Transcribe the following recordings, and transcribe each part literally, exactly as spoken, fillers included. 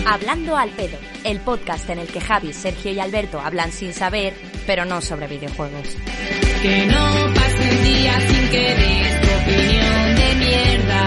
Hablando al pedo, el podcast en el que Javi, Sergio y Alberto hablan sin saber, pero no sobre videojuegos. Que no pase un día sin que des tu opinión de mierda.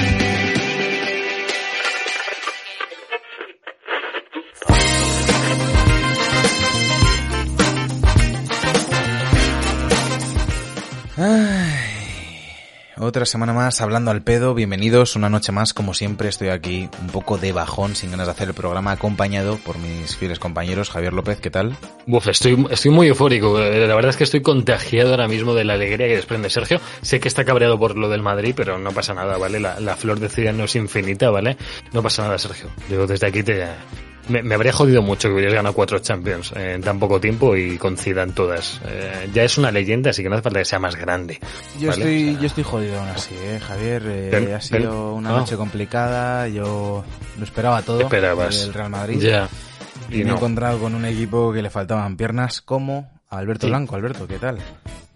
Ay, otra semana más hablando al pedo, bienvenidos una noche más, como siempre estoy aquí un poco de bajón, sin ganas de hacer el programa, acompañado por mis fieles compañeros. Javier López, ¿qué tal? Buf, estoy, estoy muy eufórico, la verdad es que estoy contagiado ahora mismo de la alegría que desprende Sergio. Sé que está cabreado por lo del Madrid, pero no pasa nada, ¿vale? La, la flor de Zidane no es infinita, ¿vale? No pasa nada, Sergio. Yo desde aquí te... Me, me habría jodido mucho que hubieras ganado cuatro Champions en tan poco tiempo y con Zidane todas. Eh, ya es una leyenda, así que no hace falta que sea más grande. Yo ¿vale? estoy O sea, yo estoy jodido aún así, ¿eh, Javier? Eh, Ven, ha sido ven. una Ah. noche complicada, yo lo esperaba todo Esperabas. del Real Madrid. Ya. Y, Y me he no. encontrado con un equipo que le faltaban piernas como a Alberto Sí. Blanco. Alberto, ¿qué tal?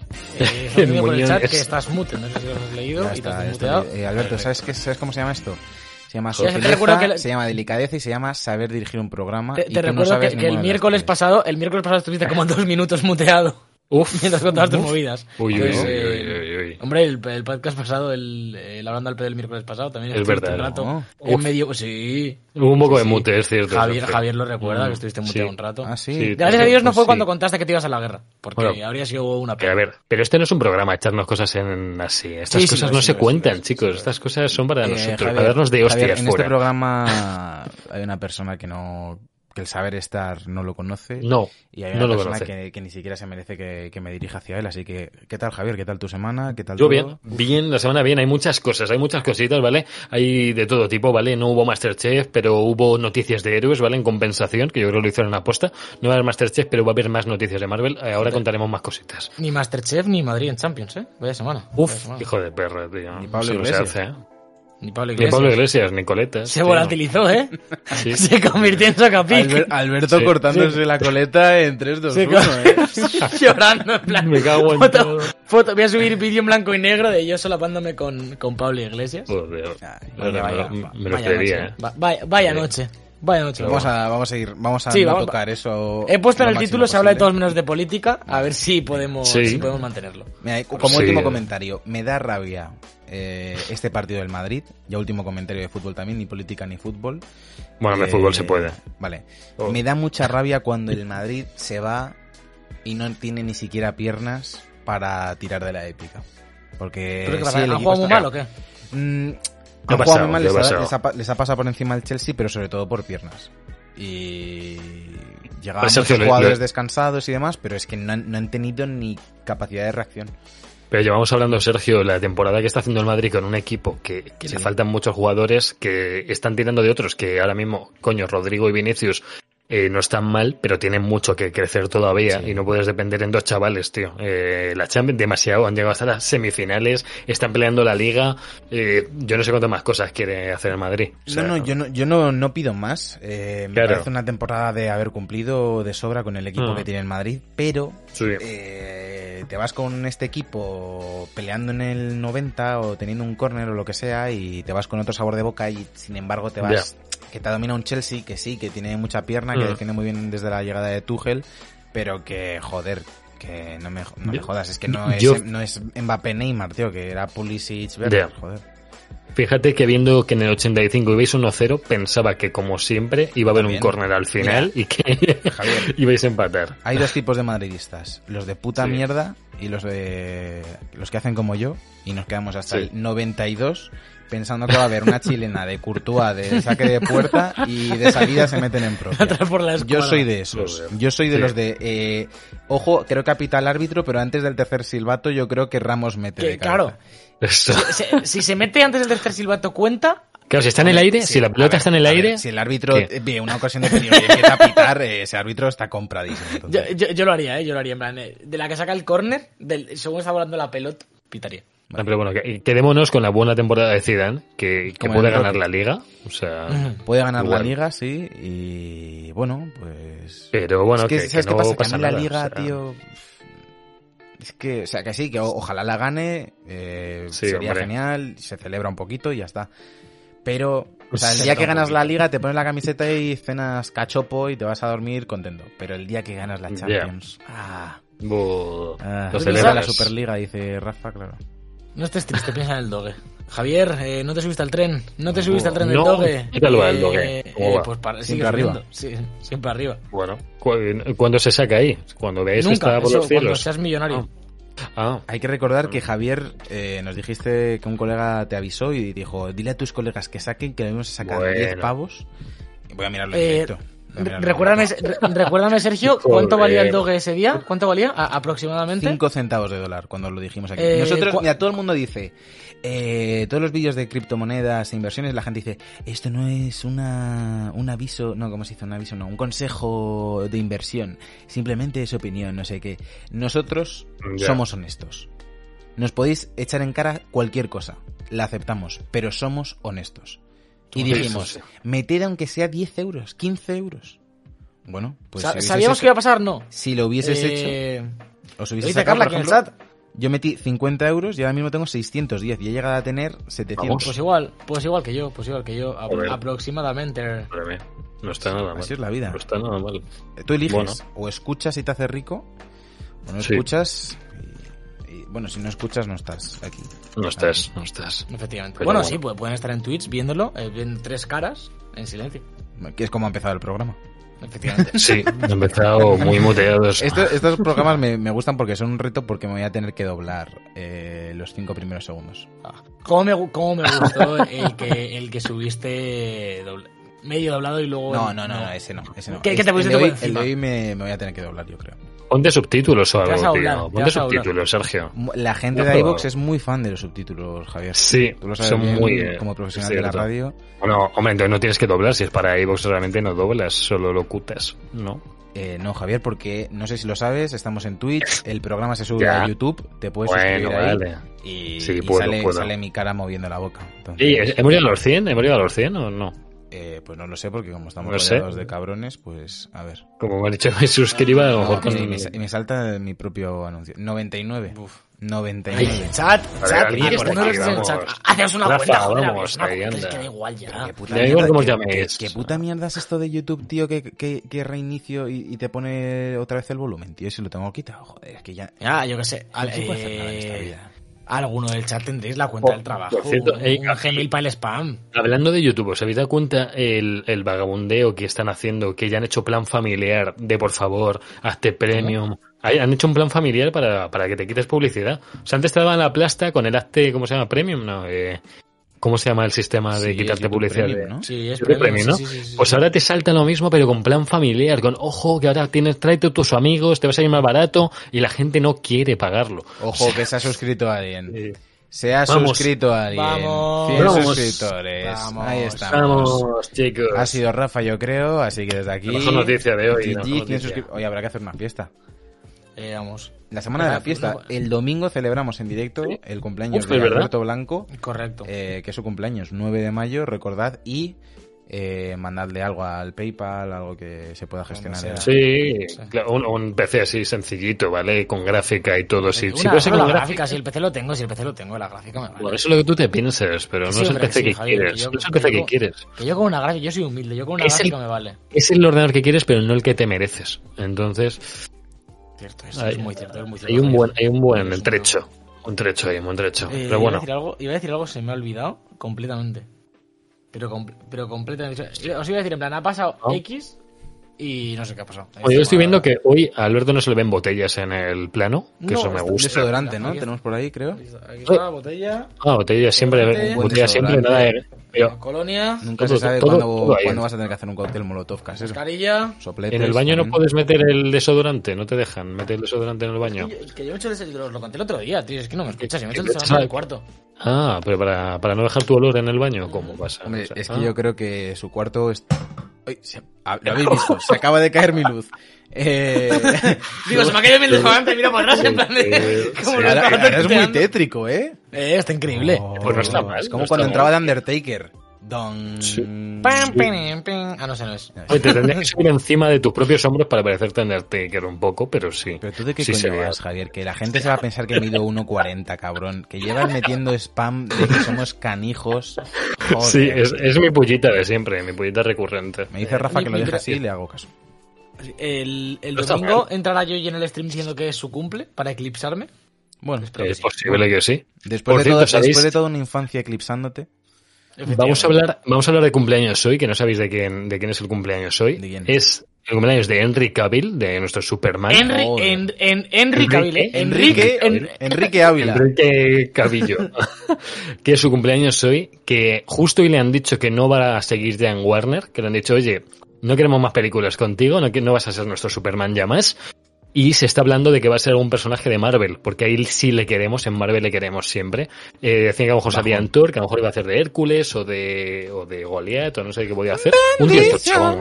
Eh, he por el Muñoz chat es- que estás mute, no sé si lo has leído Ya y te está, has ya muteado. está. Eh, Alberto, ¿sabes, qué, ¿sabes cómo se llama esto? Se llama Joder, te sutileza, recuerdo que le- se llama delicadeza y se llama saber dirigir un programa. Te, y te tú no recuerdo sabes que, que ninguna el de las miércoles tres. pasado, el miércoles pasado estuviste como dos minutos muteado Uf. mientras contabas tus Uf. movidas. Uy, uy, Pues, uy, eh, uy, uy, uy. Hombre, el, el podcast pasado, el, el hablando al pedo del miércoles pasado, también Es estuviste verdad, un rato ¿no? en Uf. medio. Sí. Hubo un poco Sí, de sí. mute, es cierto. Javier, Sergio. Javier lo recuerda, Mm, que estuviste sí. muteado un rato. Ah, sí. Sí, Gracias a Dios no Pues fue sí. cuando contaste que te ibas a la guerra, porque Bueno. habría sido una Pero a pena. ver, pero este no es un programa, echarnos cosas en así. Estas Sí, sí, cosas lo no es, se sí, lo es, cuentan, sí, lo es, chicos. sí, lo es. Estas cosas son para Eh, nosotros, Javier, para darnos de Javier, hostias en fuera. este programa hay una persona que no que el saber estar no lo conoce. No, Y hay una no lo persona conoce. que, que ni siquiera se merece que, que me dirija hacia él. Así que, ¿qué tal, Javier? ¿Qué tal tu semana? ¿Qué tal Yo todo? bien, bien, la semana bien, hay muchas cosas, hay muchas cositas, ¿vale? Hay de todo tipo, ¿vale? No hubo Masterchef, pero hubo noticias de héroes, ¿vale? En compensación, que yo creo que lo hicieron a aposta. No va a haber Masterchef, pero va a haber más noticias de Marvel. Eh, Ahora contaremos más cositas. Ni Masterchef ni Madrid en Champions, ¿eh? Vaya semana. Vaya Uf, semana. hijo de perra, tío. Ni Pablo Eso no se Iglesias. hace, ¿eh? Ni Pablo Ni Iglesias. Pablo Iglesias, ni Coletas. Se tío. volatilizó, ¿eh? Sí. Se convirtió en Socapic. Alber- Alberto Sí. cortándose la coleta en tres, dos, Se uno, co- ¿eh? Llorando, en plan. Me cago en foto, todo. foto. Voy a subir vídeo en blanco y negro de yo solapándome con, con Pablo Iglesias. Joder. Ay, No, no, Vaya, vaya, me- va- me lo vaya creería, noche. ¿eh? Va- vaya, vaya Sí. noche. Vaya noche. Vamos a, vamos a ir, vamos a Sí, no vamos- tocar eso. He puesto en lo el máximo título, se habla de posible. todos menos de política. A ver si podemos, Sí. si podemos mantenerlo. Mira, como Sí. último comentario, me da rabia eh, este partido del Madrid. Ya último comentario de fútbol también, ni política ni fútbol. Bueno, de Eh, fútbol se puede. Vale. Oh. Me da mucha rabia cuando el Madrid se va y no tiene ni siquiera piernas para tirar de la épica. Porque ¿Pero qué sí, pasa? el ¿Han equipo jugado muy está- mal o qué? Mm, ¿Qué ha han jugado pasado? muy mal, ¿Qué ha les ha, pasado? les ha pa- les ha pasado por encima el Chelsea, pero sobre todo por piernas. Y llegaban Pues, Sergio, muchos le- jugadores le- descansados y demás, pero es que no han, no han tenido ni capacidad de reacción. Pero llevamos hablando, Sergio, la temporada que está haciendo el Madrid con un equipo que, que Sí. le faltan muchos jugadores que están tirando de otros, que ahora mismo, coño, Rodrigo y Vinicius eh, no están mal, pero tienen mucho que crecer todavía Sí. y no puedes depender en dos chavales, tío. Eh, la Champions demasiado, han llegado hasta las semifinales, están peleando la Liga, eh, yo no sé cuántas más cosas quiere hacer el Madrid. O sea, no, no, yo no, yo no, no pido más. Eh, me Claro. parece una temporada de haber cumplido de sobra con el equipo Mm. que tiene el Madrid, pero Sí. eh, te vas con este equipo peleando en el noventa o teniendo un córner o lo que sea y te vas con otro sabor de boca y sin embargo te vas que te domina un Chelsea que sí, que tiene mucha pierna, que Mm. defiende muy bien desde la llegada de Tuchel, pero que joder, que no me, no me Yo- jodas, es que no es, yo- no es Mbappé Neymar, tío, que era Pulisic, Werner, Ya. joder. Fíjate que viendo que en el ochenta y cinco ibais uno cero, pensaba que como siempre iba a haber un También. córner al final y que Javier. ibais a empatar. Hay dos tipos de madridistas, los de puta Sí. mierda y los de los que hacen como yo y nos quedamos hasta Sí. el noventa y dos pensando que va a haber una chilena de Courtois de saque de puerta y de salida se meten en propia. Atrás por la Yo escuadra. soy de esos. Joder. Yo soy de Sí. los de eh, ojo, creo que apita el árbitro, pero antes del tercer silbato yo creo que Ramos mete Que, de cabeza. claro, Eso. se- si se mete antes del tercer silbato, ¿cuenta? Claro, si está en el aire, Sí, si la a pelota ver, está en el a ver, aire, si el árbitro ¿qué? ve una ocasión de peligro y empieza a pitar, eh, ese árbitro está compradísimo. Yo, entonces. yo, yo lo haría, ¿eh? Yo lo haría, en plan, eh, de la que saca el córner, del- según está volando la pelota, pitaría. No, pero bueno, que- quedémonos con la buena temporada de Zidane, que, que Como puede el ganar Roque. la Liga, o sea, Puede ganar igual. la liga, sí, y bueno, pues... Pero bueno, es que, que, que ¿sabes qué no pasa? Que a pasa mí la nada, liga, o sea, tío... Es que, o sea, que sí, que o- ojalá la gane, eh, Sí, sería hombre. genial, se celebra un poquito y ya está. Pero, o sea, el día que ganas la Liga te pones la camiseta y cenas cachopo y te vas a dormir contento. Pero el día que ganas la Champions... Yeah. Ah, Buh, ah, lo celebras la Superliga, dice Rafa, claro. No estés triste, piensa en el Doge. Javier, eh, ¿no te subiste al tren? ¿No te subiste al tren del no, Doge? ¿Qué tal va el Doge? Eh, eh, pues para, siempre arriba. Sí, siempre arriba. Bueno, ¿cu ¿cuándo se saca ahí? Cuando veáis Nunca, que está por eso, los cielos. Cuando seas millonario. Ah. Ah. Hay que recordar que Javier, eh, nos dijiste que un colega te avisó y dijo, dile a tus colegas que saquen, que debemos sacar bueno. diez pavos. Voy a mirarlo en eh, directo. Recuérdame, recuérdame, Sergio, ¿cuánto valía el Doge ese día? ¿Cuánto valía a, aproximadamente? cinco centavos de dólar cuando lo dijimos aquí. Eh, Nosotros, mira, todo el mundo dice, eh, todos los vídeos de criptomonedas e inversiones, la gente dice, esto no es una un aviso, no, ¿cómo se dice? Un aviso, no, un consejo de inversión, simplemente es opinión, no sé qué. Nosotros yeah. somos honestos. Nos podéis echar en cara cualquier cosa, la aceptamos, pero somos honestos. Y dijimos, sí. meted aunque sea diez euros, quince euros. Bueno, pues... Sa si ¿Sabíamos hecho, que iba a pasar? No. Si lo hubieses eh... hecho... Os hubiese sacado, Carla, por ejemplo, en el chat. Yo metí cincuenta euros y ahora mismo tengo seiscientos diez y he llegado a tener setecientos. Vamos. Pues igual, pues igual que yo, pues igual que yo, a aproximadamente. No está nada mal. Así es la vida. No está nada mal. Tú eliges, bueno. o escuchas y te hace rico, o no sí. escuchas... Bueno, si no escuchas, no estás aquí. No estás, no estás. Efectivamente. Bueno, bueno, sí, pueden estar en Twitch viéndolo, eh, ven tres caras en silencio. Que es como ha empezado el programa. Efectivamente. Sí, han empezado muy muteados. Esto, estos programas me, me gustan porque son un reto porque me voy a tener que doblar eh, los cinco primeros segundos. Ah. ¿Cómo, me, ¿Cómo me gustó el que, el que subiste doble, medio doblado y luego... No, no, no, no ese no. Ese no. ¿Qué, ¿qué te pusiste el de hoy, por el de hoy me, me voy a tener que doblar, yo creo. Ponte subtítulos o algo, hablar, tío. Ponte subtítulos, Sergio. La gente de iVoox es muy fan de los subtítulos, Javier. Sí, tú lo sabes son bien, muy... como profesional de la radio. Bueno, hombre, entonces no tienes que doblar. Si es para iVoox realmente no doblas, solo locutas, ¿no? Eh, no, Javier, porque no sé si lo sabes, estamos en Twitch, el programa se sube ya. a YouTube, te puedes bueno, suscribir ahí vale. y, sí, y puedo, sale, puedo. sale mi cara moviendo la boca. Entonces, ¿Y hemos llegado a los cien? ¿Hemos llegado a los cien o no? Eh, pues no lo sé, porque como estamos no rodeados de cabrones, pues a ver. Como me han dicho, me suscriba a lo mejor no, con... y, me, y me salta mi propio anuncio. noventa y nueve. Uf. noventa y nueve. Ay, chat, chat, ver, ¿quieres tener en el chat? Hacemos una Rafa, cuenta, joder, vamos, una ahí cuenta, es anda. que da igual ya. ¿Qué puta, da mierda, igual cómo ¿qué, llaméis? ¿qué, ¿Qué puta mierda es esto de YouTube, tío, que, que, que reinicio y, y te pone otra vez el volumen, tío? Si lo tengo quitado, joder, es que ya... Ya, yo qué sé. Al, eh, puede hacer nada en esta vida. Alguno del chat tendréis la cuenta oh, del trabajo. Cierto, un, eh, un Gmail para el spam. Hablando de YouTube, ¿os habéis dado cuenta el, el vagabundeo que están haciendo? Que ya han hecho plan familiar de por favor, hazte premium. ¿Cómo? Han hecho un plan familiar para, para que te quites publicidad. O sea, antes te daban la plasta con el hazte, ¿cómo se llama? Premium, ¿no? Eh, ¿Cómo se llama el sistema de sí, quitarte publicidad? Premium, ¿no? Sí, es premium, premium, ¿no? Sí, sí, sí, pues sí. ahora te salta lo mismo, pero con plan familiar, con ojo, que ahora tienes, tráete a tus amigos, te vas a ir más barato, y la gente no quiere pagarlo. Ojo, o sea, que se ha suscrito a alguien. Sí. Se ha vamos. suscrito a alguien. Vamos. cien Vamos. suscriptores. Vamos. Ahí estamos. Vamos, chicos. Ha sido Rafa, yo creo, así que desde aquí... La mejor noticia de hoy. G G, no, ¿quién noticia. suscribe? Oye, habrá que hacer una fiesta. Eh, vamos. La semana de la fiesta. El domingo celebramos en directo ¿Sí? el cumpleaños Uf, de ¿verdad? Alberto Blanco. Correcto. Eh, que es su cumpleaños, nueve de mayo, recordad. Y eh, mandadle algo al PayPal, algo que se pueda gestionar. sea. Sí, Sí. claro, un, un P C así sencillito, ¿vale? Con gráfica y todo. Si, Una, si puede ser la con gráfica, gráfica. si el P C lo tengo, si el P C lo tengo, la gráfica me vale. Bueno, eso es lo que tú te piensas, pero no Sí, es el hombre, P C sí, que Javier, quieres. que yo- no es el que P C que yo- quieres. Que yo con una gráfica, yo soy humilde, yo con una Es el- gráfica me vale. Es el ordenador que quieres, pero no el que te mereces. Entonces, Cierto, eso hay, es muy cierto, es muy cierto. hay un Javier. buen, hay un buen Es un- trecho. Un trecho ahí, un trecho. Eh, pero iba, bueno. a decir algo, iba a decir algo, se me ha olvidado completamente. Pero, com- pero completamente. Os iba a decir, en plan, ha pasado ¿No? X y no sé qué ha pasado. Oye, yo estoy viendo que hoy a Alberto no se le ven botellas en el plano, que No, eso me está- gusta. Desodorante, ¿no? Aquí está. Tenemos por ahí, creo. Aquí está, aquí está, botella, Ah, botella siempre, Desodorante. botella siempre, Buen nada de... Pero colonia, Nunca Todo- se sabe todo- cuándo, todo ahí. cuándo vas a tener que hacer un cóctel molotov casero. mascarilla. Sopletes, en el baño no también. puedes meter el desodorante, no te dejan meter el desodorante en el baño. Que yo, que yo me he hecho el desodorante, lo conté el otro día, tío, es que no me escuchas, yo me he hecho el ¿Qué- desodorante en el cuarto. Ah, pero para, para no dejar tu olor en el baño, ¿cómo pasa? Hombre, O sea, es que ah. yo creo que su cuarto es... Ay, se- ah, lo habéis visto, se acaba de caer mi luz. Eh... Digo, se me ha caído el desodorante, mira para atrás, en plan de... Eh, como sí, lo ahora, estaba ahora es muy toqueteando. tétrico, ¿eh? Eh, está increíble. Oh, Pues no está mal, Es como no cuando está entraba mal. The Undertaker. Don... Sí. Pam, pam, pam. Ah, no sé, no es. Oye, te tendrías que subir encima de tus propios hombros para parecerte Undertaker un poco, pero sí. Pero tú de qué Sí coño sería. vas, Javier, que la gente se va a pensar que mido uno cuarenta, cabrón, que llevas metiendo spam de que somos canijos. Joder. Sí, es, es mi pullita de siempre, mi pullita recurrente. Me dice Rafa Mi- que lo mi- deje así y le hago caso. El, el No está domingo mal. entrará yo en el stream diciendo que es su cumple para eclipsarme. Bueno, Espero que Es sí. posible que sí. después, Por de cierto, todo- ¿sabéis? después de toda una infancia eclipsándote, Vamos a hablar, vamos a hablar de cumpleaños hoy, que no sabéis de quién, de quién es el cumpleaños hoy. ¿De quién? Es el cumpleaños de Henry Cavill, de nuestro Superman. Henry, Joder. en, en, Henry Cavill, ¿eh? Enrique, En- Enrique Ávila. Enrique Cavillo, que es su cumpleaños hoy, que justo hoy le han dicho que no va a seguir ya en Warner, que le han dicho, oye, no queremos más películas contigo, no, que- no vas a ser nuestro Superman ya más. Y se está hablando de que va a ser algún personaje de Marvel, porque ahí sí le queremos, en Marvel le queremos siempre. Eh, decían que a lo mejor salía en Thor, que a lo mejor iba a hacer de Hércules o de, o de Goliath, o no sé qué podía hacer. Un tío tocho, vamos.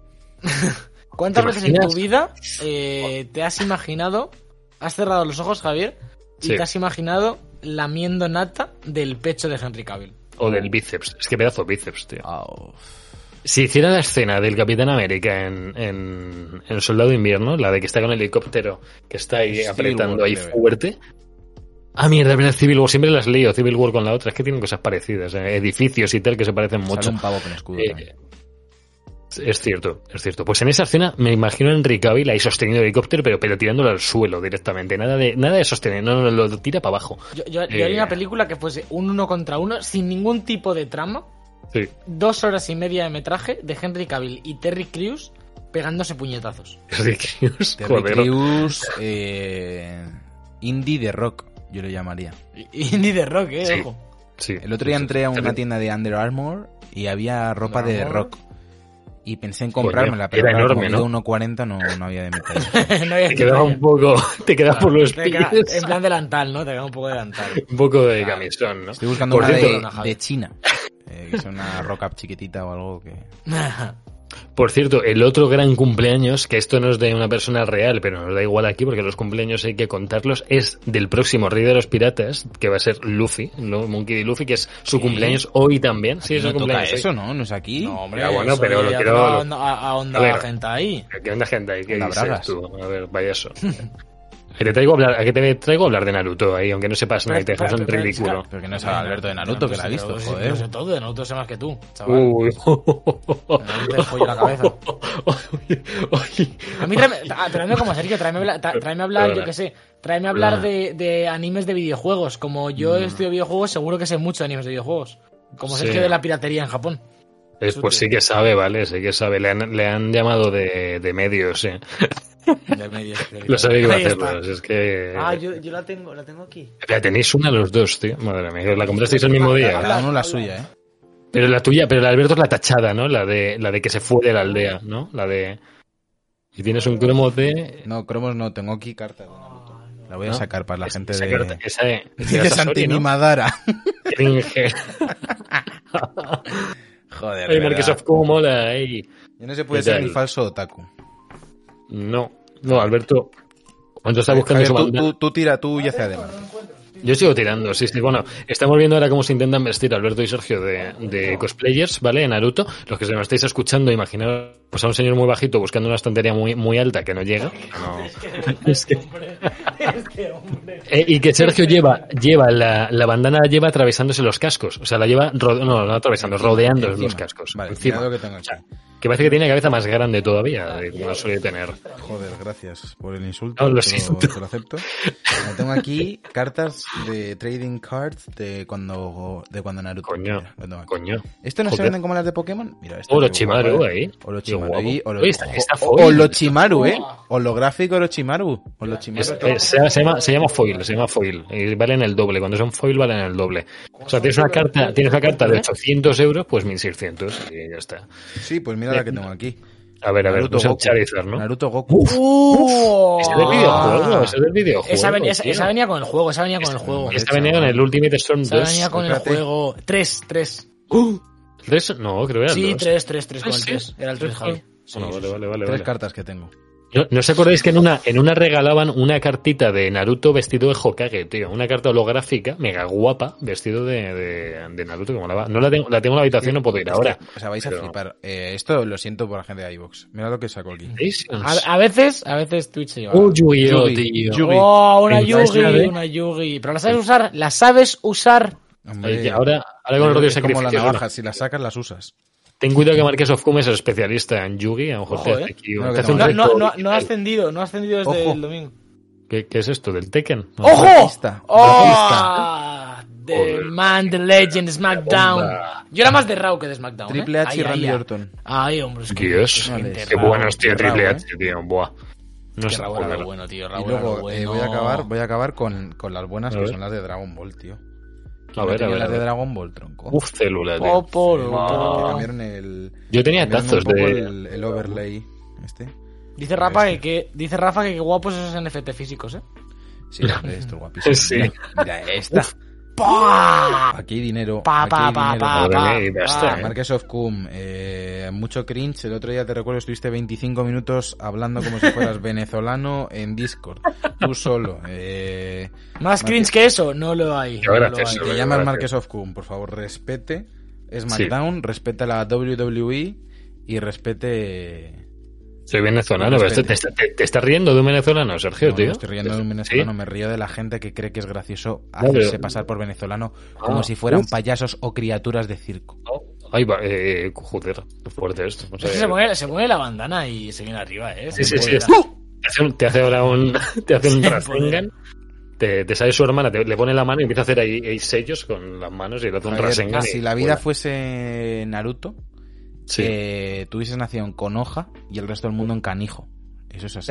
¿Cuántas ¿Te veces en imaginas? tu vida eh, te has imaginado, has cerrado los ojos, Javier, y Sí. te has imaginado lamiendo nata del pecho de Henry Cavill? O del bíceps. Es que pedazo de bíceps, tío. Oh. Si hiciera la escena del Capitán América en, en, en Soldado de Invierno, la de que está con el helicóptero, que está ahí Civil apretando War, ahí creo. fuerte. Ah, mierda, pero Civil War, siempre las lío, Civil War con la otra, es que tienen cosas parecidas, eh, edificios y tal que se parecen mucho. Sale un pavo con escudo Eh, también. es cierto, es cierto. Pues en esa escena me imagino a Henry Cavill ahí sosteniendo el helicóptero, pero, pero tirándolo al suelo directamente. Nada de, nada de sostener, no, no, lo tira para abajo. Yo, yo, yo Eh. haría una película que fuese un uno contra uno, sin ningún tipo de trama, Sí. dos horas y media de metraje de Henry Cavill y Terry Crews pegándose puñetazos. Terry Crews, Terry joder. Crews, eh, indie de rock, yo lo llamaría. Y ni de rock, eh, Sí. ojo. Sí. El otro día entré a una Terry- tienda de Under Armour y había ropa Under de Armour. rock. Y pensé en comprármela, Coño, pero era claro, enorme, como mido ¿no? uno cuarenta no, no había de mi talla. No había Te quedaba un poco, te quedaba por los Te queda- pies. en plan delantal, ¿no? Te queda un poco de delantal. Un poco de camisón, ¿no? Estoy buscando Por una cierto, de, Javi. de China, eh, que es una rock up chiquitita o algo que... Por cierto, el otro gran cumpleaños, que esto no es de una persona real, pero nos da igual aquí porque los cumpleaños hay que contarlos, es del próximo Rey de los Piratas, que va a ser Luffy, ¿no? Monkey D. Luffy, que es su cumpleaños hoy también. Sí, es no su toca cumpleaños. hoy. eso, ¿no? No es aquí. No, hombre, Ya, bueno, eso pero lo ya quiero- va lo- A onda, a, a onda A ver. gente ahí. ¿Qué onda, gente ahí? ¿Qué Onda dices bragas. tú? A ver, vaya eso. Que te traigo a hablar, a que te traigo a hablar de Naruto ahí, aunque no sepas nada y te Pero- haces un pero- ridículo. Pero que no es Alberto de Naruto, que la ha visto, Pero sí, joder. pero sé todo, de Naruto sé más que tú, chaval. Uy. Naruto te follo la cabeza. Oye, A mí tráeme, ah, tráeme como Sergio, tráeme, habla- tra- tráeme a hablar, Perdona. yo qué sé, tráeme a hablar Perdona. de, de animes de videojuegos. Como yo estudio videojuegos, seguro que sé mucho de animes de videojuegos. Como Sí. Sergio de la piratería en Japón. Es, pues sí que sabe, ¿vale? Sí que sabe. Le han, le han llamado de, de medios, ¿eh? De medios, Lo sabe que va a Ahí está. hacerlo. Es que... Ah, yo, yo la tengo, la tengo aquí. Espera, tenéis una los dos, tío. Madre mía, la comprasteis el mismo día. Cada uno la suya, ¿eh? Pero la tuya, pero la de Alberto es la tachada, ¿no? La de, la de que se fue de la aldea, ¿no? La de... Y tienes un cromo de... No, cromos no, tengo aquí cartas de Naruto. La voy a ¿No? sacar para la gente esa de... carta- esa de... de Santi ¿no? Madara. Cringe. Joder, Ay, ¿verdad? Microsoft, cómo mola, ay. Yo no se puede ¿Qué ser tal? ni falso otaku. No, no, Alberto. Cuando está buscando Javier, su tú, banda... tú, tú tira, tú y hacia adelante. Yo sigo tirando, sí, sí. Bueno, estamos viendo ahora cómo se intentan vestir Alberto y Sergio de, de cosplayers, ¿vale? En Naruto. Los que se me estáis escuchando, imaginaos pues a un señor muy bajito buscando una estantería muy, muy alta que no llega. No. Es que... Eh, y que Sergio lleva, lleva la, la bandana la lleva atravesándose los cascos. O sea, la lleva, ro- no, no atravesando, rodeando Encima. los cascos. Vale, encima. mira lo que tengo aquí. Que parece que tiene la cabeza más grande todavía, de como la suele tener. Joder, gracias por el insulto. No, lo te, siento. te lo acepto. Bueno, tengo aquí cartas de trading cards de cuando de cuando Naruto. Coño, Mira, lo tengo aquí. coño. ¿Esto no se Joder. venden como las de Pokémon? Mira, esta Orochimaru qué guapa, ahí. ¿eh? Orochimaru Qué ahí. guapo. Oro- Oye, está- está o- foil. Orochimaru, ¿eh? Holográfico Orochimaru. Orochimaru. Es- es- se, se llama, se llama foil, se llama foil. Y valen el doble. Cuando son foil valen el doble. O sea, tienes una carta, tienes una carta de ochocientos euros, pues mil seiscientos y ya está. Sí, pues mira la que tengo aquí. A ver, a ver, Naruto no sé, Goku. Charizard, ¿no? Naruto Goku. ¡Uh! Ese es del videojuego, ese es del videojuego. Esa, venía, esa, tío. esa venía con el juego, esa venía con el juego. Esta venía con el Ultimate Storm Esa dos. venía con el espérate. juego. Tres, tres. ¿Tres? No, creo que era el Sí, dos. tres, tres, tres con Ah, el sí. tres. Era el tres, Javi. Sí, Bueno, sí, vale, sí. vale, vale. Tres vale. cartas que tengo. ¿No, ¿No os acordáis que en una en una regalaban una cartita de Naruto vestido de Hokage, tío? Una carta holográfica, mega guapa, vestido de, de, de Naruto, que molaba. No la tengo, la tengo en la habitación, no puedo ir Es ahora. que, o sea, vais pero... a flipar. Eh, esto lo siento por la gente de iVoox. Mira lo que saco aquí. A, a veces, a veces Twitch se lleva. Oh, Yu-Gi-Oh, Yugi. tío. Yugi. Oh, una ¿En Yugi, sabe? una Yugi. Pero la sabes usar, la sabes usar. Hombre, Oye, ahora, ahora con el rollo es como la sacrificio. navaja, si las sacas, las usas. Ten cuidado que Marques of Cum es el especialista en Yugi. A lo mejor Ojo, te hace eh. aquí Claro te que hace un No, reto no, no, no ha digital. ascendido, no ha ascendido desde Ojo. el domingo. ¿Qué, ¿Qué es esto? ¿Del Tekken? No. ¡Ojo! Batista, ¡Oh! The Joder. man, the legend, SmackDown. Bomba. Yo era más de Raw que de SmackDown. Triple ¿eh? H y Ahí, Randy ahí, Orton. Ay, hombre, es que. Dios, Vale, gente qué Raw. buenos, tío, Raw, Triple ¿eh? H, tío. Buah. No Que sé, Raw era joder. lo bueno, tío. Raw Y era lo luego bueno. eh, voy a acabar, voy a acabar con, con las buenas A que ver. son las de Dragon Ball, tío. A No ver, a tenía ver. las a de ver. Dragon Ball, tronco. Uf, célula, tío. Po, por, Que por. cambiaron el. Yo tenía cambiaron tazos un poco de... el, el overlay. Este. Dice Rafa Este. que, que dice Rafa que qué guapos esos N F T físicos, ¿eh? Sí, hombre, esto es guapísimo. Sí. Mira, mira esta. ¡Pah! Aquí dinero. Pa, aquí pa, pa, dinero. pa, Madre pa, mía, y pa. basta, ¿eh? Marques of Cum, eh, mucho cringe. El otro día te recuerdo estuviste veinticinco minutos hablando como si fueras venezolano en Discord. Tú solo. Eh, Más cringe que eso, no lo hay. Qué no lo gracioso. hay. te Gracias. llamas Marques of Cum, por favor, respete SmackDown, respeta la W W E y respete. Soy venezolano, pero Respete. te, te, te, te estás riendo de un venezolano, Sergio, No, tío. no estoy riendo de un venezolano, ¿Sí? me río de la gente que cree que es gracioso pero- hacerse pasar por venezolano como Ah, si fueran uf. payasos o criaturas de circo. Ay, va, eh, joder, qué fuerte esto. No sé. Es que se pone, se pone la bandana y se viene arriba, ¿eh? Sí, Se sí, pone sí. la- Te hace, un- te hace ahora un, te hace un Se Rasengan, te, te sale su hermana, te, le pone la mano y empieza a hacer ahí, ahí sellos con las manos y le hace un Javier, Rasengan. si y la vida vuela. fuese Naruto, Sí. eh, tú hubieses nacido en Konoha y el resto del mundo en Canijo. Eso es así.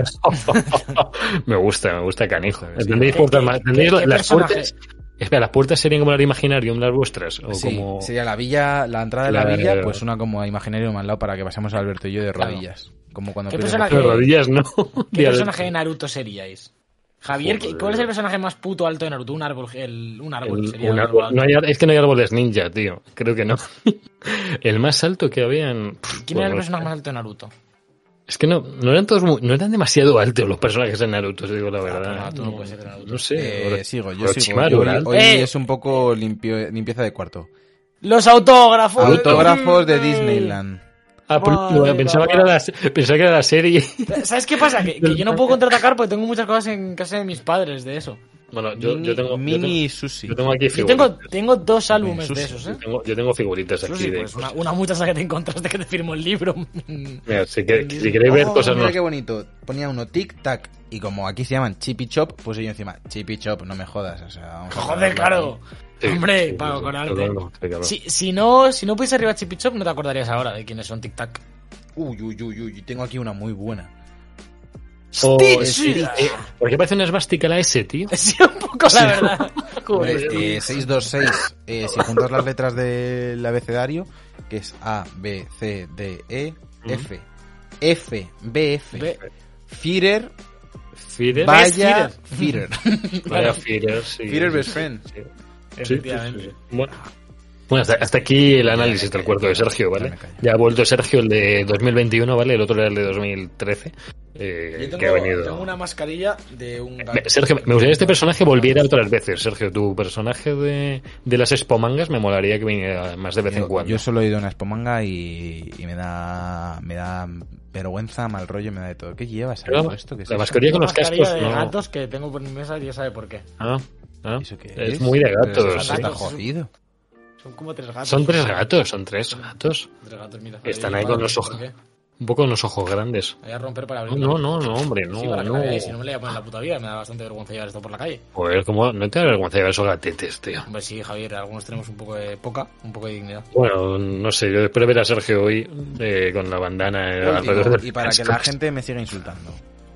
me gusta, me gusta canijo. Sí. ¿Entendéis ¿Qué- puertas qué- más? qué- ¿Entendéis qué las personaje? puertas? Espera, las puertas serían como el Imaginarium, las vuestras. O Sí, como... sería la villa, la entrada de la La- villa, pues una como imaginario más al lado para que pasemos Alberto y yo de Claro. rodillas. Como cuando ¿Qué pierdes personaje- la- Pero rodillas no. ¿Qué Tía, personaje de Naruto seríais? Javier, ¿qué- Joder. ¿cuál es el personaje más puto alto de Naruto? Un árbol, el, un árbol el- sería un el árbol- alto. no hay ar- es que no hay árboles ninja, tío. Creo que no. El más alto que habían. ¿Quién era el pues, personaje más alto de Naruto? Es que no, no eran todos muy- no eran demasiado altos los personajes de Naruto, te digo la pero verdad. Naruto no puede ser de Naruto. No sé. Eh, Oro- sigo, yo Orochimaru, sigo. Hoy, ¿verdad? hoy Eh. es un poco limpio, limpieza de cuarto. Los autógrafos. Autógrafos de Disneyland. Ah, por- Vale, pensaba, papá. que era la, pensaba que era la serie. ¿Sabes qué pasa? Que, que yo no puedo contraatacar porque tengo muchas cosas en casa de mis padres de eso. Bueno, yo, mini yo tengo. mini yo sushi. tengo, yo tengo aquí Yo figuritas. tengo, tengo dos álbumes Sushi. de esos, ¿eh? Yo tengo, yo tengo figuritas aquí Sushi, de. pues una, una muchacha que te encontraste que te firmó el libro. Mira, si, que- si queréis ver Oh, cosas mira no. qué bonito. Ponía uno tic tac y como aquí se llaman Chippy Chop, puse yo encima Chippy Chop, no me jodas, o sea, vamos a Joder, ponerlo claro. Sí, Hombre, sí, para sí, acordarte. claro, sí, claro. Si, si no, si no pudiese arriba Chippy Chop, no te acordarías ahora de quiénes son Tic Tac. ahí. Uy, uy, uy, uy, tengo aquí una muy buena. Oh, Stitch. sí, eh, ¿Por qué parece una esvástica la S, tío? Sí, un poco, la verdad. Hombre, Joder. eh, seiscientos veintiséis, eh, si juntas las letras del abecedario, que es A, B, C, D, E, F, F, B, F, Ve- Führer, Feeder. vaya, Führer. Vaya Feeder, sí. Führer best friend. Sí. Efectivamente. Sí, sí, sí. Bueno, bueno, hasta, hasta aquí el análisis del cuarto de Sergio, Ya ¿vale? me callo. Ya ha vuelto Sergio el de dos mil veintiuno, ¿vale? El otro era el de dos mil trece, eh, Yo que ha tengo, venido... tengo una mascarilla de un gato. Me- Sergio, me gustaría que este personaje volviera otras veces. Sergio, tu personaje de, de las expomangas me molaría que viniera más de vez en Yo, cuando. yo solo he ido a una espomanga y, y me da me da vergüenza, mal rollo, me da de todo. ¿Qué llevas? Pero amigo, esto? ¿Qué es la eso? mascarilla con Una los mascarilla cascos, de ¿no? gatos que tengo por mi mesa y ya sabe por qué. Ah, ah. ¿Eso qué es es? muy de Pero gatos. eso sí. está gatos. jodido. Son como tres gatos. Son tres gatos, son tres gatos. Tres gatos, mira. Están Ahí, ahí con vale, los ¿por ojos. qué? Un poco con los ojos grandes. Voy a romper para No, abrirlo. no, no, no, hombre, no, Sí, para que no. la veáis, si no me le voy a poner la puta vida, me da bastante vergüenza llevar esto por la calle. Joder, ¿cómo? No te da vergüenza llevar esos gatetes, tío. Hombre, sí, Javier, algunos tenemos un poco de poca, un poco de dignidad. Bueno, no sé, yo espero ver a Sergio hoy eh, con la bandana eh, alrededor Último, del y para que casco. la gente me siga insultando.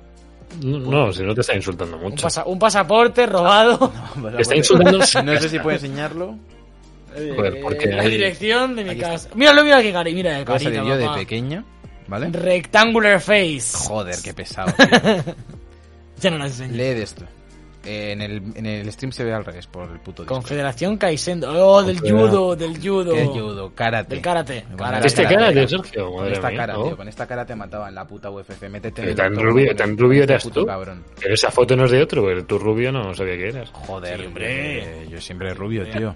No, no, si no te está insultando Un, mucho. pasa- un pasaporte robado. Te está insultando. No sé si puedo enseñarlo. Joder, porque la hay- dirección de mi Aquí casa. Míralo, mira aquí, Cari, mira, Voy a carita, salir yo de papá. pequeño, ¿vale? Rectangular face. Joder, qué pesado, tío. Ya no la enseño. Lee de esto. Eh, en, el, en el stream se ve al revés por el puto disco. Confederación Kaisendo. Oh, del judo, del judo. ¿Qué judo? Karate. Del karate. Bueno, karate. Este karate, karate, karate. Sergio, Con madre esta mía, cara, ¿no? tío, con esta cara te mataba en la puta U F C. Métete en Eh, el tan octógono rubio, con tan el- rubio con este eras puto tú. cabrón. Pero esa foto no es de otro, pero tú rubio no sabía que eras. Joder, Sí, hombre. eh, yo siempre rubio, tío.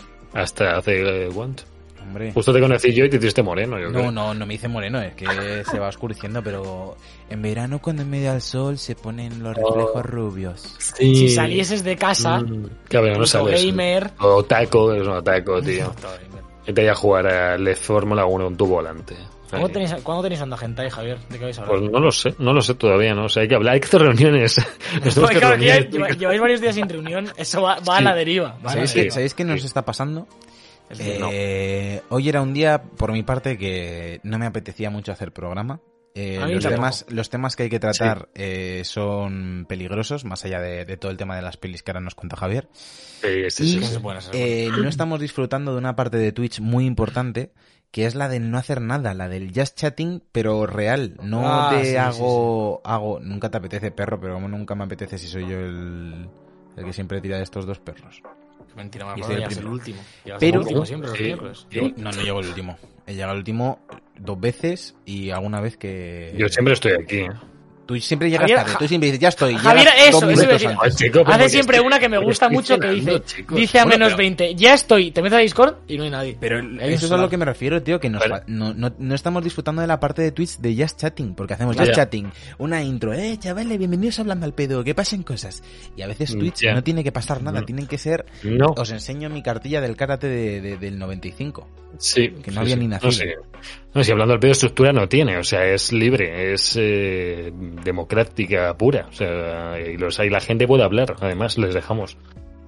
Hasta hace, eh, ¿cuánto? Hombre. Justo te conocí yo y te hiciste moreno, yo No, creo. no, no me hice moreno, es que se va oscureciendo, pero en verano cuando en medio al sol se ponen los reflejos rubios. Sí. Si salieses de casa, Mm, Claro, no puto sales. gamer. O taco, es un taco, tío. Y te vaya a jugar a la Fórmula uno con tu volante. ¿Cómo Ahí. tenéis, ¿Cuándo tenéis onda hentai, Javier? ¿De qué vais a hablar? Pues no lo sé, no lo sé todavía, ¿no? O sea, hay que hablar, hay que hacer reuniones. Nos tenemos Pues que claro, que reunir. ya lleva- lleváis varios días sin reunión, eso va, va a la deriva. Va a la ¿Sabéis qué, deriva. ¿Sabéis qué nos Sí. está pasando? Es decir, no. Eh, hoy era un día, por mi parte, que no me apetecía mucho hacer programa. Eh, A mí los, tampoco. temas, los temas que hay que tratar eh, son peligrosos, más allá de, de todo el tema de las pelis que ahora nos cuenta Javier. Sí, sí, Y sí, Eso sí. es bueno, eso es eh, no estamos disfrutando de una parte de Twitch muy importante, que es la del no hacer nada, la del just chatting, pero real. No Ah, de sí, sí, hago, hago, nunca te apetece perro, pero como nunca me apetece si soy yo el, el que siempre tira de estos dos perros. bueno. Mentira, me Y acuerdo, soy el ya es el primero. último. Llegas Pero- el último siempre, los Sí. miércoles. Yo, no, no llego el último. He llegado al último dos veces y alguna vez que... Yo siempre estoy aquí, ¿eh? Tú siempre llegas Javier, tarde, Ja- tú siempre dices, ya estoy. Javier, llegas eso, dos eso iba a minutos decir. antes. Ay, chico, Hace porque siempre estoy- una que me porque gusta estoy mucho que dice, cenando, chicos. dice a Bueno, menos pero- veinte, ya estoy, te metes a Discord y no hay nadie. Pero Ahí eso es va. a lo que me refiero, tío, que nos Vale. fa- no, no, no estamos disfrutando de la parte de Twitch de Just Chatting, porque hacemos Ya. Just Chatting, una intro, eh, chavales, bienvenidos a Hablando al Pedo, que pasen cosas. Y a veces Twitch Ya. no tiene que pasar nada, No. tienen que ser... No, Os enseño mi cartilla del karate de, de- del noventa y cinco. sí. que no sí, había sí. ni nacido. No, sé. No, si hablando del pedo, estructura no tiene, o sea, es libre, es eh, democrática pura, o sea, y, los, y la gente puede hablar, además les dejamos.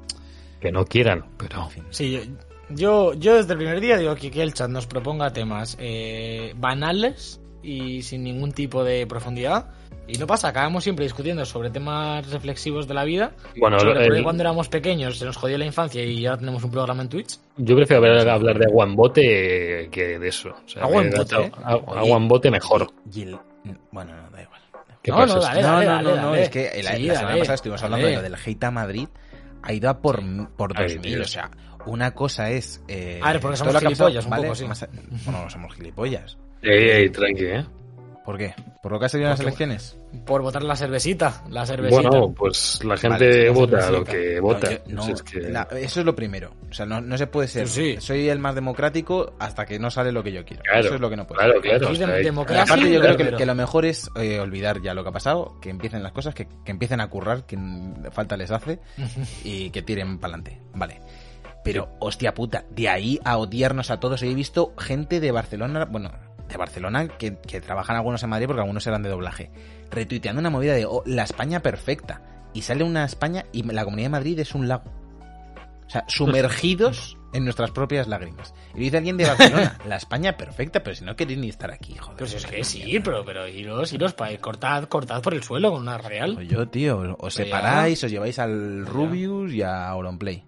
Que no quieran, pero... En fin. Sí, yo, yo, yo desde el primer día digo que, que el chat nos proponga temas eh, banales y sin ningún tipo de profundidad. Y no pasa, acabamos siempre discutiendo sobre temas reflexivos de la vida. Bueno, sobre por qué el- cuando éramos pequeños se nos jodió la infancia y ahora tenemos un programa en Twitch. yo prefiero hablar, hablar de aguambote que de eso. O sea, Agua en me- bote, ¿eh? a- Aguambote mejor. Y el... Bueno, no, da igual. ¿Qué No, pasa? no, dale, no, dale, no, dale, no, no, dale. es que la, Sí, la semana dale, pasada estuvimos hablando dale. de lo del hate a Madrid, ha ido a por, por Ay, dos mil, Dios. o sea, una cosa es... Eh, A ver, porque somos todo lo que ha pasado, gilipollas, un ¿vale? poco, sí. Más- Bueno, no somos gilipollas. Ey, ey, tranqui, ¿eh? ¿Por qué? ¿Por lo que ha salido en las Porque- elecciones? Por votar la cervecita, la cervecita. Bueno, pues la gente Vale, la vota cervecita. lo que vota. No, yo- no, Si es que- la- eso es lo primero. O sea, no, no se puede ser. Sí, sí. Soy el más democrático hasta que no sale lo que yo quiero. Claro, Eso es lo que no puede claro, ser. claro. Aquí o sea, de- hay- democracia. Aparte, yo Sí, creo que, pero- que lo mejor es eh, olvidar ya lo que ha pasado, que empiecen las cosas, que, que empiecen a currar, que mm, falta les hace, y que tiren para adelante. Vale. Pero, hostia puta, de ahí a odiarnos a todos. Hoy he visto gente de Barcelona, bueno, de Barcelona, que, que trabajan algunos en Madrid porque algunos eran de doblaje, retuiteando una movida de oh, la España perfecta. Y sale una España y la Comunidad de Madrid es un lago. O sea, sumergidos en nuestras propias lágrimas. Y dice alguien de Barcelona, la España perfecta, pero si no queréis ni estar aquí, joder. Pues es que sí, pero, pero iros, iros, pa- cortad, cortad por el suelo con una real. Pues yo, tío, os Pero ya. separáis, os lleváis al Rubius y a Auronplay.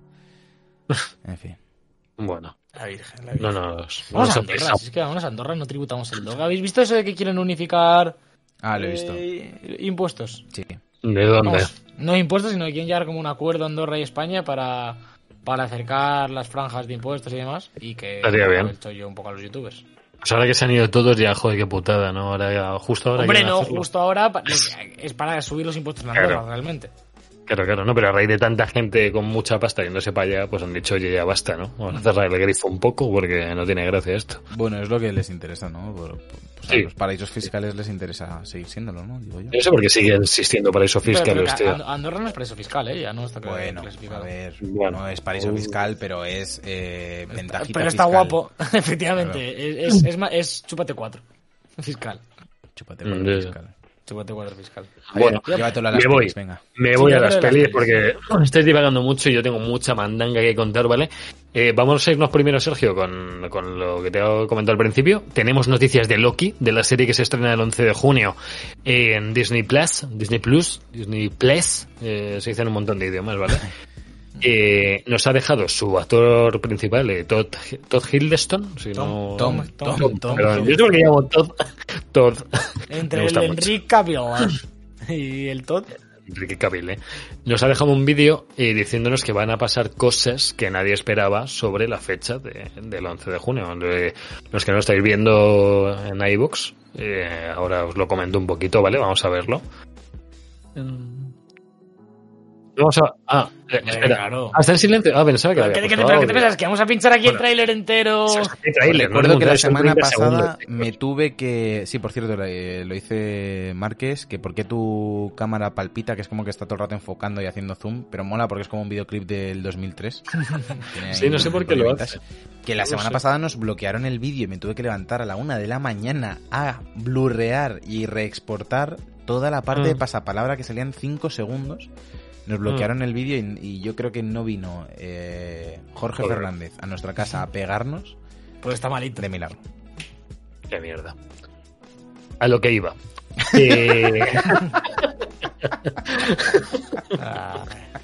En fin. Bueno, La Virgen, la no Virgen. nos... no Vamos nos a Andorra, apresamos. si es que vamos a Andorra, no tributamos el dog. ¿Habéis visto eso de que quieren unificar Ah, lo he visto. eh, impuestos? Sí. ¿De dónde? Vamos, no impuestos, sino que quieren llegar como un acuerdo Andorra y España para, para acercar las franjas de impuestos y demás. Y que Estaría bien. he hecho yo un poco a los youtubers. Pues ahora que se han ido todos ya, joder, qué putada, ¿no? Ahora ya, justo ahora... Hombre, quieren no, hacerlo. justo ahora pa- es para subir los impuestos en Andorra, Claro. realmente. Claro, claro, no, pero a raíz de tanta gente con mucha pasta yéndose para allá, pues han dicho, oye, ya basta, ¿no? Vamos a cerrar el grifo un poco porque no tiene gracia esto. Bueno, es lo que les interesa, ¿no? Por- por- pues a Sí. los paraísos fiscales les interesa seguir siéndolo, ¿no? Digo yo. Yo no sé por qué siguen existiendo paraísos Pero- pero fiscales, que tío. And- Andorra no es paraíso fiscal, ¿eh? Ya no está cla- Bueno, clasificado. a ver, Bueno. no es paraíso Uh. fiscal, pero es eh, ventajita Pero está fiscal. guapo, efectivamente. Es, es, es, ma- es chúpate cuatro. Fiscal. Chúpate Mm, cuatro ya. fiscal. Chúpate cuatro fiscal. Bueno, Llévatelo a las me voy. pelis, venga. Me Sí, voy a ya las veré las pelis pelis. porque estáis divagando mucho y yo tengo mucha mandanga que contar, ¿vale? Eh, vamos a irnos primero, Sergio, con, con lo que te he comentado al principio. Tenemos noticias de Loki, de la serie que se estrena el once de junio en Disney Plus, Disney Plus, Disney Plus, eh, se dice en un montón de idiomas, ¿vale? Eh, nos ha dejado su actor principal, eh, Todd, Todd Hiddleston, si no... Tom, Tom, Tom, Tom. Perdón, yo es porque llamo Todd. Todd. Entre Me el gusta mucho. Enrique Cavill y el Todd. Enrique Cavill, ¿eh? Nos ha dejado un vídeo eh, diciéndonos que van a pasar cosas que nadie esperaba sobre la fecha de, del once de junio. Donde, los que no estáis viendo en iVoox, eh, ahora os lo comento un poquito, ¿vale? Vamos a verlo. Vamos a... Ah, eh, espera. Claro. ¿Ah, está en silencio? Ah, pensaba que ¿Qué, había qué, puesto te, pero ¿qué te audio. piensas? ¿Que vamos a pinchar aquí Bueno. el tráiler entero? ¿Qué tráiler? Recuerdo No, que la son semana treinta pasada segundos, chicos. me tuve que... Sí, por cierto, lo, lo hice Márquez, que por qué tu cámara palpita, que es como que está todo el rato enfocando y haciendo zoom, pero mola porque es como un videoclip del dos mil tres. Tiene Sí, ahí no sé un por qué montón de lo ventas. hace. Que la No semana sé. pasada nos bloquearon el vídeo y me tuve que levantar a la una de la mañana a blurrear y reexportar toda la parte Mm. de pasapalabra que salían cinco segundos. Nos bloquearon el vídeo y, y yo creo que no vino eh, Jorge Joder. Fernández a nuestra casa a pegarnos Pues está malito. de milagro. Qué mierda. A lo que iba. Eh, Ah,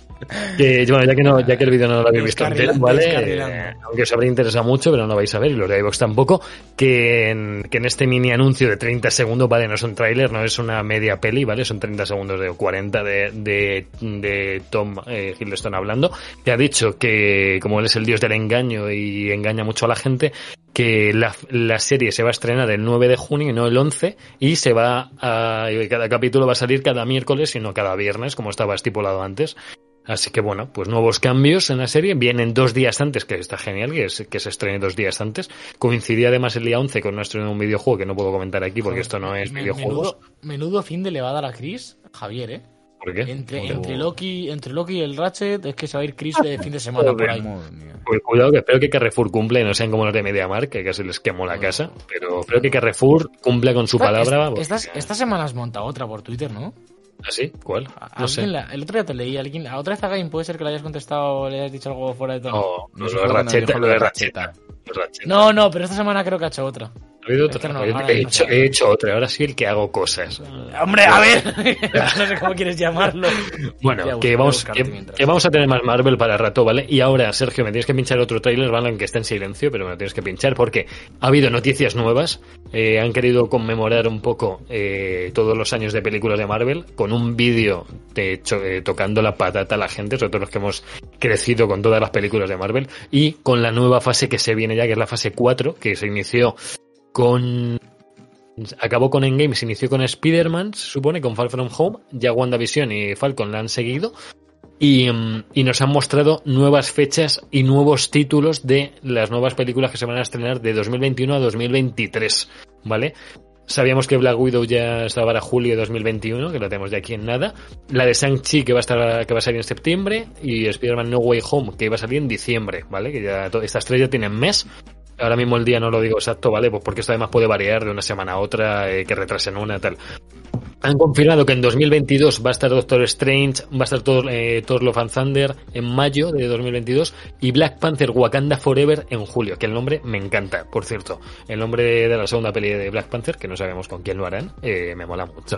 que, bueno, ya que no, ya que el vídeo no lo habéis visto Descarrila- entero, ¿vale? descarrilando. Eh, aunque os habría interesado mucho, pero no lo vais a ver, y los de iVoox tampoco, que en, que en este mini anuncio de treinta segundos, ¿vale? No es un tráiler, no es una media peli, ¿vale? Son treinta segundos de cuarenta de, de, de Tom eh, Hiddleston hablando, que ha dicho que, como él es el dios del engaño y engaña mucho a la gente, que la, la serie se va a estrenar el nueve de junio y no el once, y se va a, y cada capítulo va a salir cada miércoles y no cada viernes, como estaba estipulado antes. Así que bueno, pues nuevos cambios en la serie. Vienen dos días antes, que está genial, que, es, que se estrene dos días antes. Coincidía además el día once con un estreno de un videojuego que no puedo comentar aquí porque esto no es me- videojuegos. Menudo, menudo fin de le va a dar a Chris, Javier, ¿eh? ¿Por qué? Entre, Oh. entre, Loki, entre Loki y el Ratchet es que se va a ir Chris de fin de semana por ahí. Madre mía. Pues cuidado, que espero que Carrefour cumple, no sean como los de MediaMarkt, que casi les quemó la casa, pero espero que Carrefour cumpla con su Esta- palabra. esta- Estas, esta semana has montado otra por Twitter, ¿no? ¿Así? ¿Cuál? A- No sé. alguien la- el otro día te leí, alguien, la otra vez a Game puede ser que le hayas contestado o le hayas dicho algo fuera de tono. No, No no, sé lo de cuándo Ratchet, dijo lo de Ratchet. Ratcheta. Lo de Ratchet. No, no, pero esta semana creo que ha hecho otra. Ha habido Es que otra. no, he, ahora he no hecho, sé. he hecho otra, ahora sí el que hago cosas. Hombre, a ver, no sé cómo quieres llamarlo. Bueno, Voy a que buscar- vamos, buscarte que, mientras. que vamos a tener más Marvel para rato, ¿vale? Y ahora, Sergio, me tienes que pinchar otro tráiler, ¿vale? Aunque está en silencio, pero me lo tienes que pinchar porque ha habido noticias nuevas. Eh, han querido conmemorar un poco eh, todos los años de películas de Marvel con un vídeo de cho- eh, tocando la patata a la gente, sobre todo los que hemos crecido con todas las películas de Marvel, y con la nueva fase que se viene ya, que es la fase cuatro, que se inició con... Acabó con Endgame, se inició con Spider-Man, se supone, con Far From Home. Ya WandaVision y Falcon la han seguido. Y, mm, y nos han mostrado nuevas fechas y nuevos títulos de las nuevas películas que se van a estrenar de dos mil veintiuno a dos mil veintitrés, ¿vale? Sabíamos que Black Widow ya estaba para julio de dos mil veintiuno, que la tenemos de aquí en nada. La de Shang-Chi, que va a estar, que va a salir en septiembre. Y Spider-Man No Way Home, que va a salir en diciembre, ¿vale? Que ya to- estas tres ya tienen mes. Ahora mismo el día no lo digo exacto, ¿vale? Pues porque esto además puede variar de una semana a otra, eh, que retrasen una, tal. Han confirmado que en dos mil veintidós va a estar Doctor Strange, va a estar Thor, eh, Thor Love and Thunder en mayo de dos mil veintidós y Black Panther Wakanda Forever en julio, que el nombre me encanta, por cierto. El nombre de, de la segunda peli de Black Panther, que no sabemos con quién lo harán, eh, me mola mucho.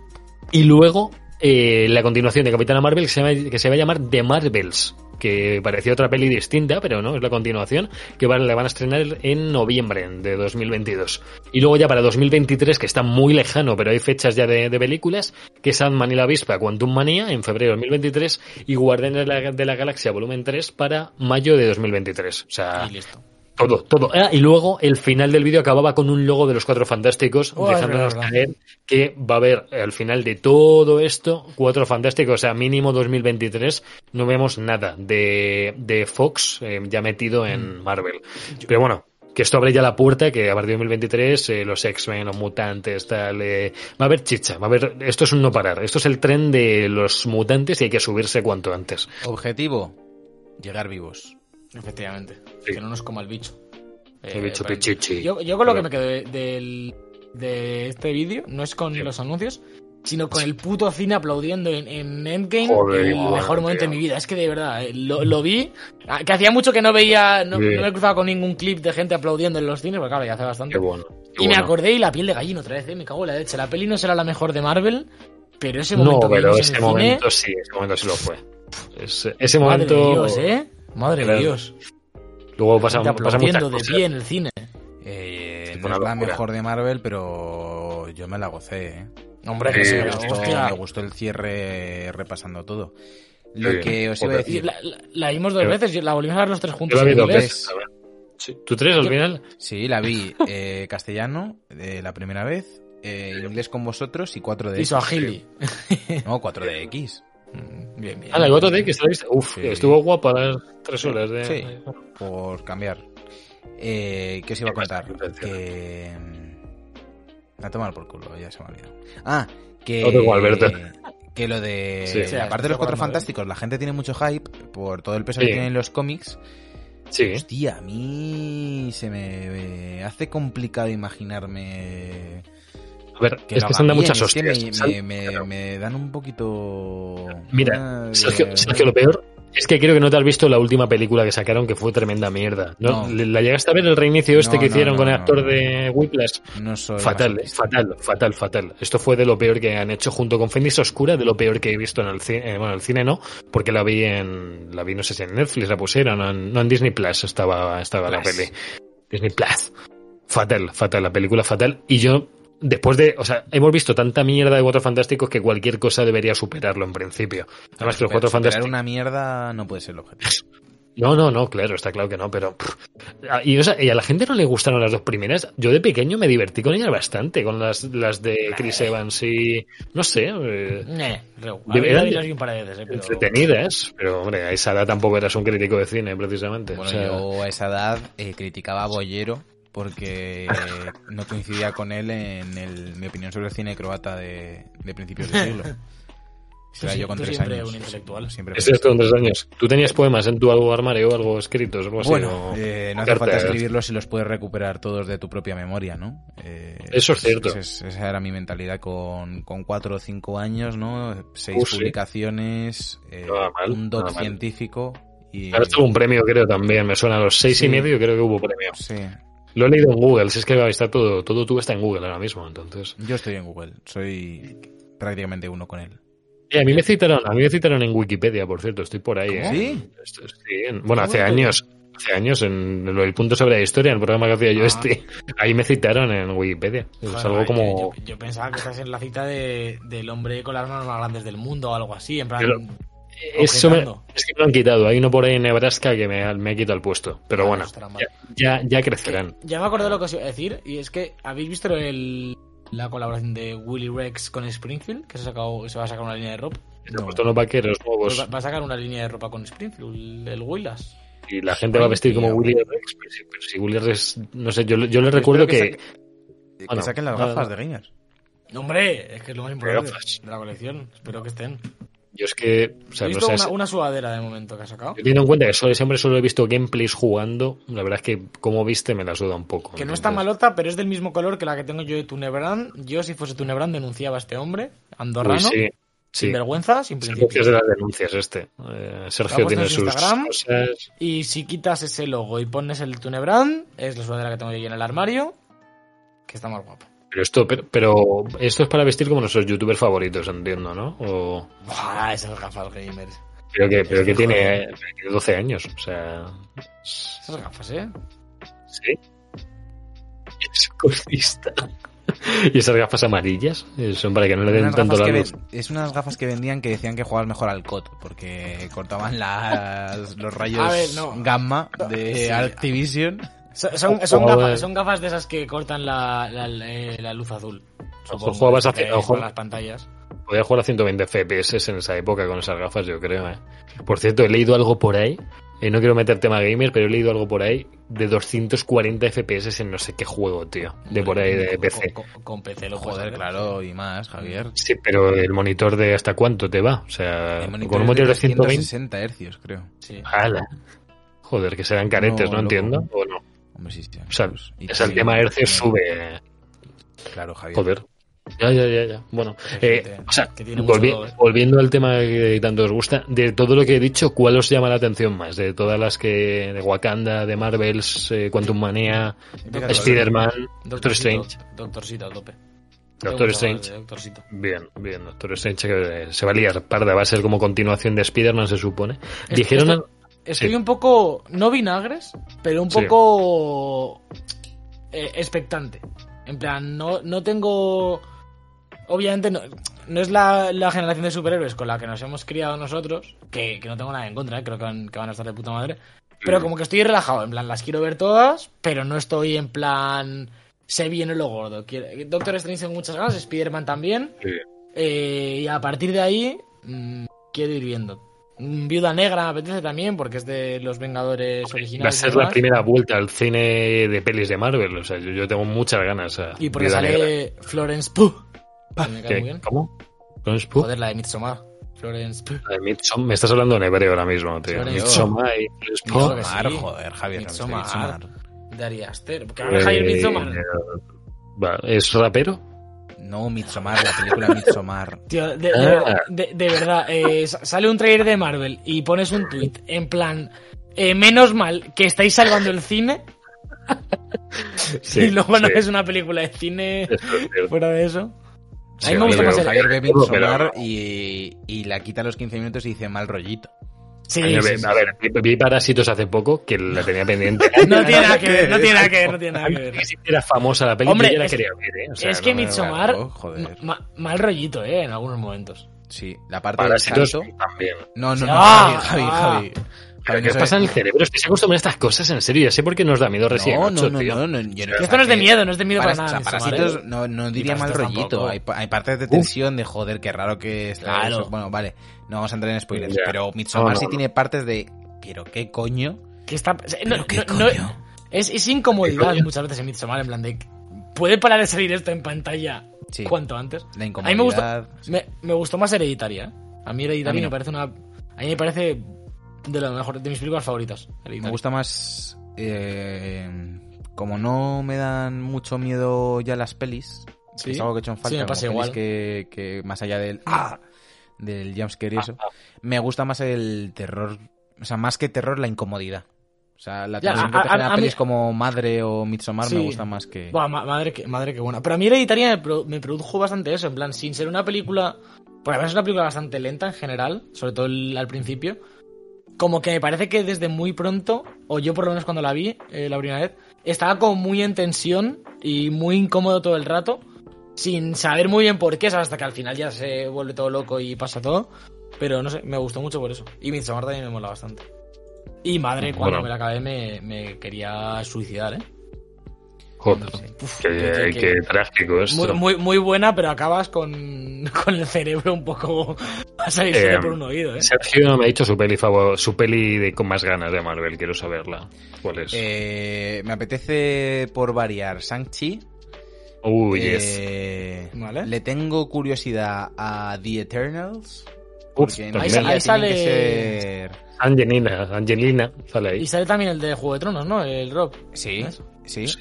Y luego, eh, la continuación de Capitana Marvel, que se, llama, que se va a llamar The Marvels, que parecía otra peli distinta, pero no, es la continuación, que van, la van a estrenar en noviembre de dos mil veintidós. Y luego ya para dos mil veintitrés, que está muy lejano, pero hay fechas ya de, de películas, que es Ant-Man y la Avispa Quantum Manía en febrero de dos mil veintitrés y Guardianes de la, de la Galaxia volumen tres para mayo de dos mil veintitrés. O sea, Y listo. todo, todo. Ah, y luego el final del vídeo acababa con un logo de los Cuatro Fantásticos, Oh, es dejándonos verdad. caer que va a haber al final de todo esto Cuatro Fantásticos, o sea, mínimo dos mil veintitrés no vemos nada de, de Fox eh, ya metido en Marvel. Pero bueno, que esto abre ya la puerta, que a partir de dos mil veintitrés eh, los X-Men, los mutantes, tal, eh, va a haber chicha, va a haber, esto es un no parar, esto es el tren de los mutantes y hay que subirse cuanto antes. Objetivo, llegar vivos. Efectivamente. Sí. Que no nos coma el bicho. El bicho para- pichichi. Yo, yo con lo que Pero- me quedo de, del- de este vídeo, no es con Sí. los anuncios, sino con el puto cine aplaudiendo en, en Endgame, Joder, el madre mejor momento mía. de mi vida. Es que de verdad, eh, lo, lo vi, ah, que hacía mucho que no veía, no, Sí. no me cruzaba con ningún clip de gente aplaudiendo en los cines, porque claro, ya hace bastante. Qué bueno. qué y me bueno. acordé y la piel de gallina otra vez, eh, me cago en la leche. La peli no será la mejor de Marvel, pero ese No, momento que pero vimos ese en el cine, momento sí, ese momento sí lo fue. Ese, ese madre momento. de Dios, eh. Madre Claro. de Dios. Luego pasamos, Gente pasamos muchas aplaudiendo de cosas. pie en el cine. Eh, Sí, no fue es una la locura. mejor de Marvel, pero yo me la gocé, ¿eh? Hombre, que Sí, sí, me, la gustó, hostia. me gustó el cierre repasando todo. Lo Sí, que os iba a joder. Y decir... La, la- la vimos dos Yo- veces, y la volvimos a ver los tres Yo juntos la vi en dos inglés. veces. a ver. Sí. ¿Tú tres al Yo- final? Sí, la vi eh, castellano eh, la primera vez, eh, inglés con vosotros y cuatro de Y X. Swahili. No, cuatro de X. Mm, Bien, bien. Ah, la cuatro D que se la viste. Uf, Sí. estuvo guapa las tres horas de. Sí, por cambiar. Eh, ¿Qué os iba a ¿Qué pasa? contar? Que... mm, A tomar por culo, ya se me ha olvidado. Ah, que... No tengo Alberto. Que lo de... Sí. Sí, aparte de los estoy Cuatro jugando, Fantásticos, la gente tiene mucho hype por todo el peso Sí. que tienen los cómics. Sí. Hostia, a mí se me, me hace complicado imaginarme... A ver, Que es lo que se han hagan dado bien, muchas es que hostias. me, Se han- me, me, me dan un poquito... Mira, Ah, Sergio, de- Sergio, lo peor es que creo que no te has visto la última película que sacaron, que fue tremenda mierda. ¿No? No. ¿La llegaste a ver el reinicio este No, que no, hicieron no, con el no, actor no. de Whiplash? No soy Fatal, masoquista. fatal, fatal, fatal. Esto fue de lo peor que han hecho junto con Fénix Oscura, de lo peor que he visto en el cine. Eh, bueno, el cine no, porque la vi en, la vi no sé si en Netflix la pusieron, no en, no en Disney Plus estaba, estaba la Plus. peli. Disney Plus. Fatal, fatal, la película fatal. Y yo, después de, o sea, hemos visto tanta mierda de Cuatro Fantásticos que cualquier cosa debería superarlo en principio. Además que los Cuatro Superar Fantásticos... una mierda no puede ser el objetivo. No, no, no, claro, está claro que no, pero... pff, y, o sea, y a la gente no le gustaron las dos primeras. Yo de pequeño me divertí con ellas bastante, con las, las de Chris Evans y... No sé, eh, Eh, regu- De a mí verdad, la vi las vi un par de veces, eh, pero... entretenidas, pero hombre, a esa edad tampoco eras un crítico de cine, precisamente. Bueno, o sea, yo a esa edad eh, criticaba a Bollero porque eh, no coincidía con él en el, mi opinión sobre el cine croata de, de principios de siglo. Tú Era sí- yo con tú tres siempre años. un intelectual. Siempre es esto en tres años. ¿Tú tenías poemas en tu algo armario o algo escritos? Algo así, Bueno, o- eh, no o hace falta cartas? escribirlos si los puedes recuperar todos de tu propia memoria, ¿no? Eh, Eso es cierto. esa es- esa era mi mentalidad con, con cuatro o cinco años, ¿no? Seis Uh, sí. publicaciones, eh, Nada mal, un dot nada mal. científico y... Ahora tuvo un premio, creo, también. Me suena a los seis Sí. y medio, creo que hubo premio. Sí, Lo he leído en Google, si es que está todo, todo tú está en Google ahora mismo, entonces... yo estoy en Google, soy prácticamente uno con él. Eh, a mí me citaron, a mí me citaron en Wikipedia, por cierto, estoy por ahí. ¿Cómo? ¿eh? ¿Sí? Esto- sí, en- bueno, hace ¿Cómo? años, hace años en lo del punto sobre la historia, en el programa que hacía yo Ah. este, ahí me citaron en Wikipedia. Es Joder, algo yo- como... Yo, yo pensaba que estás en la cita de, del hombre con las manos más grandes del mundo o algo así, en plan... Pero- Eso me, objetando. es que me lo han quitado. Hay uno por ahí en Nebraska que me, ha- me ha quitado el puesto. Pero Ah, bueno, no estará mal. ya, ya, ya crecerán. Ya me acordé de lo que os iba a decir, y es que habéis visto el, la colaboración de Willy Rex con Springfield, que se, ha sacado, se va a sacar una línea de ropa. Se han puesto unos vaqueros Pues nuevos va, va a sacar una línea de ropa con Springfield, el, el Willas. y la gente va a vestir como Tío. Willy Rex. Pero si, pero si Willy Rex, no sé, yo, yo le recuerdo espero que... que Que Bueno, saquen las nada. gafas de gamers. Hombre, es que es lo más importante Gafas. de la colección. Espero que estén. Yo es que... O sea, He no visto sé, una, una sudadera de momento que ha sacado. yo teniendo en cuenta que solo, siempre solo he visto gameplays jugando, la verdad es que como viste me la suda un poco. Que no está Entonces, malota, pero es del mismo color que la que tengo yo de Tunebrand. Yo, si fuese Tunebrand, denunciaba a este hombre, uy, andorrano, sí, sí. sin vergüenza, sin Sergio es principios. de las denuncias este. Eh, Lo Sergio ha puesto tiene en su sus Instagram. cosas. Y si quitas ese logo y pones el Tunebrand, es la sudadera que tengo yo ahí en el armario, que está más guapa. Pero esto, pero, pero esto es para vestir como nuestros youtubers favoritos, entiendo, ¿no? O, Buah, esas gafas gamers. pero que, pero que Joder. tiene, eh, tiene doce años, o sea. Esas gafas, ¿eh? Sí. Es cosista. Y esas gafas amarillas eh, son para que no le den Unas tanto gafas la que luz. ven- es unas gafas que vendían que decían que jugabas mejor al C O D porque cortaban las, los rayos A ver, no. gamma de Sí. Activision. Son, son, son Joder. gafas, son gafas de esas que cortan la, la, eh, la luz azul. Supongo, jugabas a- que ojo. con las pantallas. Podía jugar a ciento veinte F P S en esa época con esas gafas, yo creo. ¿eh? Por cierto, he leído algo por ahí. Eh, no quiero meter tema gamer, pero he leído algo por ahí de doscientos cuarenta F P S en no sé qué juego, tío. De por ahí, de Con- P C. Con, con- con P C lo puedes Joder, hacer. claro, y más, Javier. Sí, pero el monitor de hasta cuánto te va. O sea, El monitor con un es monitor de de ciento veinte. sesenta hercios, creo. Sí. ¡Hala! Joder, que serán caretes, No, ¿no? loco. Entiendo. ¿O no? Hombre, sí, sí. O sea, Pues, y es el tiene- tema hercios tiene- sube. Claro, Javier. Joder. Ya, ya, ya, ya. Bueno, eh, gente o sea, que tiene mucho volvi- logo, ¿eh? volviendo al tema que tanto os gusta, de todo lo que he dicho, ¿cuál os llama la atención más? De todas las que, de Wakanda, de Marvels, eh, Quantum Mania, Doctor- Spider-Man, Doctor Doctorcito, Strange. Doctorcito a tope. Doctor Tengo Strange. muchas ganas de Doctorcito. Bien, bien, Doctor Strange que se va a liar parda, va a ser como continuación de Spider-Man, se supone. Es- Dijeron... esto- Estoy Sí. un poco, no vinagres, pero un Sí. poco eh, expectante. En plan, no, no tengo obviamente no, no es la, la generación de superhéroes con la que nos hemos criado nosotros, que, que no tengo nada en contra, ¿eh? Creo que van, que van a estar de puta madre. Pero como que estoy relajado, en plan, las quiero ver todas, pero no estoy en plan, sé bien lo gordo. Quiero, Doctor Strange tengo muchas ganas, Spider-Man también. Sí. Eh, y a partir de ahí, mmm, quiero ir viendo. Viuda Negra me apetece también, porque es de los Vengadores originales. Va a ser la primera vuelta al cine de pelis de Marvel, o sea, yo, yo tengo muchas ganas. A y porque Viuda sale Negra. Florence Pugh. Me cae ¿Qué? muy bien. ¿Cómo? ¿Florence Pugh? Joder, la de Midsommar. Florence Pugh. La de Midsommar. Me estás hablando en hebreo ahora mismo, tío. Florence Midsommar y Florence Pugh. Claro que Midsommar, sí. joder, Javier. Midsommar. Midsommar. De Ari Aster. Porque ahora Javier Eh, Midsommar. va, ¿Es rapero? No, Midsommar, la película Midsommar. Tío, de, de, Ah. de, de verdad, eh, sale un trailer de Marvel y pones un tweet en plan, eh, menos mal que estáis salvando el cine. Sí, y luego no sí. es una película de cine Eso es cierto. fuera de eso. A Sí, mí me gusta pero más el... Javier ve Pero- Midsommar y, y la quita a los quince minutos y dice mal rollito. Sí, A mí me- sí, sí. a ver, vi- vi Parásitos hace poco, que la tenía pendiente. No tiene nada que ver, no tiene nada que ver, no tiene nada que ver. Que si era famosa la película, Hombre, yo la es- quería ver, ¿eh? O sea, es que no me- Midsommar, claro, joder. ma- mal rollito, eh, en algunos momentos. Sí, la parte del Parásitos salto. también. No, no, no, Ah, Javi, Javi, ah. Javi. ¿Pero Javi, qué no os pasa en sabe- el cerebro? Estoy acostumbrado a estas cosas, en serio. Ya sé por qué nos da miedo Resident No, ocho, no, no, tío. no, no, yo no- Que esto no es de miedo, no es de miedo para Paras- nada. o sea, Midsommar, Parásitos ¿eh? no, no diría Y mal Parásitos rollito. tampoco. Hay, pa- hay partes de tensión, de joder, qué raro que está Claro. eso. Bueno, vale, no vamos a entrar en spoilers. Ya. Pero Midsommar No, no, sí no. tiene partes de. ¿Pero qué coño? Que está... No, ¿Pero qué no- no- coño? es, es ¿Qué incomodidad coño? muchas veces en Midsommar, en plan de... ¿Puede parar de salir esto en pantalla Sí. cuanto antes? La A mí me gustó, incomodidad. me, me gustó más Hereditaria. ¿eh? A mí Hereditaria A mí no. me parece una... A mí me parece de lo mejor, de mis películas favoritas. Hereditaria. Me gusta más. eh, como no me dan mucho miedo ya las pelis, Sí. que es algo que he hecho en Sí, falta, me como pasa pelis igual. que, que más allá del. ¡Ah! Del jumpscare y eso, me gusta más el terror. O sea, más que terror, la incomodidad. O sea, la Ya, tensión a- que te a- genera a mí- pelis como Madre o Midsommar Sí. me gusta más que. Buah, ma- madre, que, madre que buena. Pero a mí Hereditaria me, pro- me produjo bastante eso, en plan, sin ser una película... Porque además es una película bastante lenta en general, sobre todo el- al principio. Como que me parece que desde muy pronto, o yo por lo menos cuando la vi eh, la primera vez, estaba como muy en tensión y muy incómodo todo el rato, sin saber muy bien por qué, ¿sabes? Hasta que al final ya se vuelve todo loco y pasa todo. Pero no sé, me gustó mucho por eso. Y Midsommar también me mola bastante. Y madre, cuando Bueno. me la acabé me, me quería suicidar, ¿eh? Joder, Uf, qué, que- que- qué trágico esto. Muy, muy, muy buena, pero acabas con, con el cerebro un poco a salir Eh, por un oído, ¿eh? Sergio me ha dicho su peli favor, su peli de, con más ganas de Marvel, quiero saberla. ¿Cuál es? Eh, me apetece por variar Shang-Chi. Uy, yes. Eh, Vale. Le tengo curiosidad a The Eternals. Uf, Porque en también. esa ya Ahí tiene sale- que ser. Angelina, Angelina, sale ahí. Y sale también el de Juego de Tronos, ¿no? El Rob. Sí, ¿Ves? sí. Sí.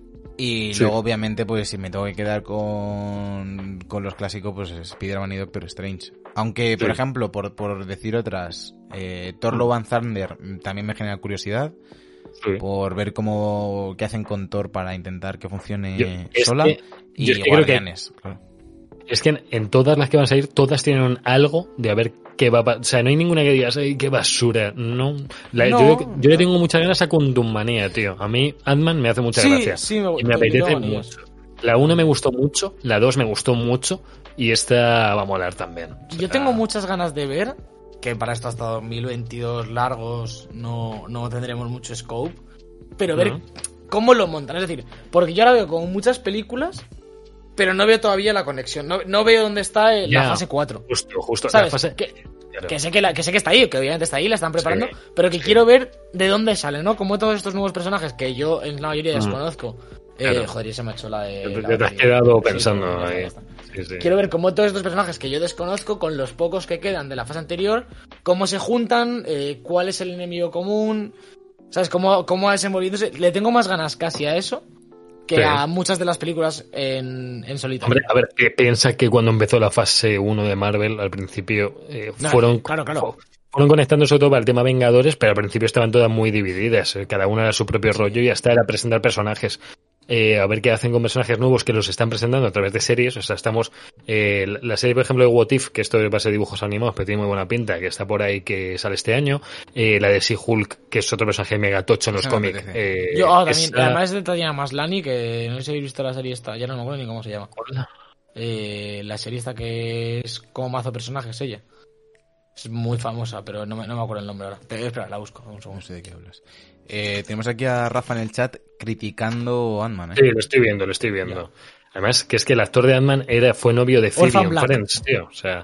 Y Sí. luego, obviamente, pues si me tengo que quedar con, con los clásicos, pues Spider-Man y Doctor Strange. Aunque, por Sí. ejemplo, por, por decir otras, eh, Thor Love and Thunder mm, también me genera curiosidad Sí. por ver cómo qué hacen con Thor para intentar que funcione Yo- es sola. que- y yo es que creo que- Guardianes, claro. Es que en, en todas las que van a salir, todas tienen un algo de a ver qué va a pasar. O sea, no hay ninguna que digas, ¡ay, qué basura! No. La- No, yo, yo le no. tengo muchas ganas a Quantumania, tío. A mí, Ant-Man me hace mucha Sí, gracia. sí, me y gustó, me yo apetece tengo ganas. mucho. La una me gustó mucho, la dos me gustó mucho, y esta va a molar también. O Yo sea, tengo muchas ganas de ver, que para esto hasta dos mil veintidós largos no, no tendremos mucho scope, pero ver Ujú. cómo lo montan. Es decir, porque yo ahora veo como muchas películas, pero no veo todavía la conexión. No, no veo dónde está eh, la Ya. fase cuatro. Justo, justo. la ¿Sabes? fase- Que, claro. que sé que, la, que sé que está ahí, que obviamente está ahí, la están preparando, Sí, pero que sí. quiero ver de dónde salen, ¿no? Como todos estos nuevos personajes que yo en la mayoría Mm. desconozco. Eh, Claro. joder, y se me ha hecho la de... Te- la te has batería. quedado Sí, pensando ya está, ahí. ya está. Sí, sí. Quiero ver cómo todos estos personajes que yo desconozco, con los pocos que quedan de la fase anterior, cómo se juntan, eh, cuál es el enemigo común, ¿sabes? Cómo, cómo va desenvolviéndose. Le tengo más ganas casi a eso que Sí. a muchas de las películas en, en solitario. Hombre, a ver, que piensa que cuando empezó la fase uno de Marvel, al principio eh, No, fueron, claro, claro. fueron conectando sobre todo para el tema Vengadores, pero al principio estaban todas muy divididas. eh, Cada una era su propio rollo y hasta era presentar personajes. Eh, a ver qué hacen con personajes nuevos que los están presentando a través de series. O sea, estamos. Eh, la serie, por ejemplo, de What If, que esto va a ser dibujos animados, pero tiene muy buena pinta, que está por ahí, que sale este año. Eh, la de She-Hulk, que es otro personaje mega tocho en los Esa me cómics. apetece. Yo, ah, también, esa- además de Tatiana Maslany, que no sé si habéis visto la serie esta, ya no me acuerdo ni cómo se llama. Hola. Eh, la serie esta que es como mazo personajes, ella. Es muy famosa, pero no me, no me acuerdo el nombre ahora. Pero, espera, la busco. Un segundo. No sé de qué hablas. Eh, tenemos aquí a Rafa en el chat criticando Ant-Man, ¿eh? Sí, lo estoy viendo, lo estoy viendo. Ya. Además, que es que el actor de Ant-Man era, fue novio de Phoebe en Friends, tío. O sea,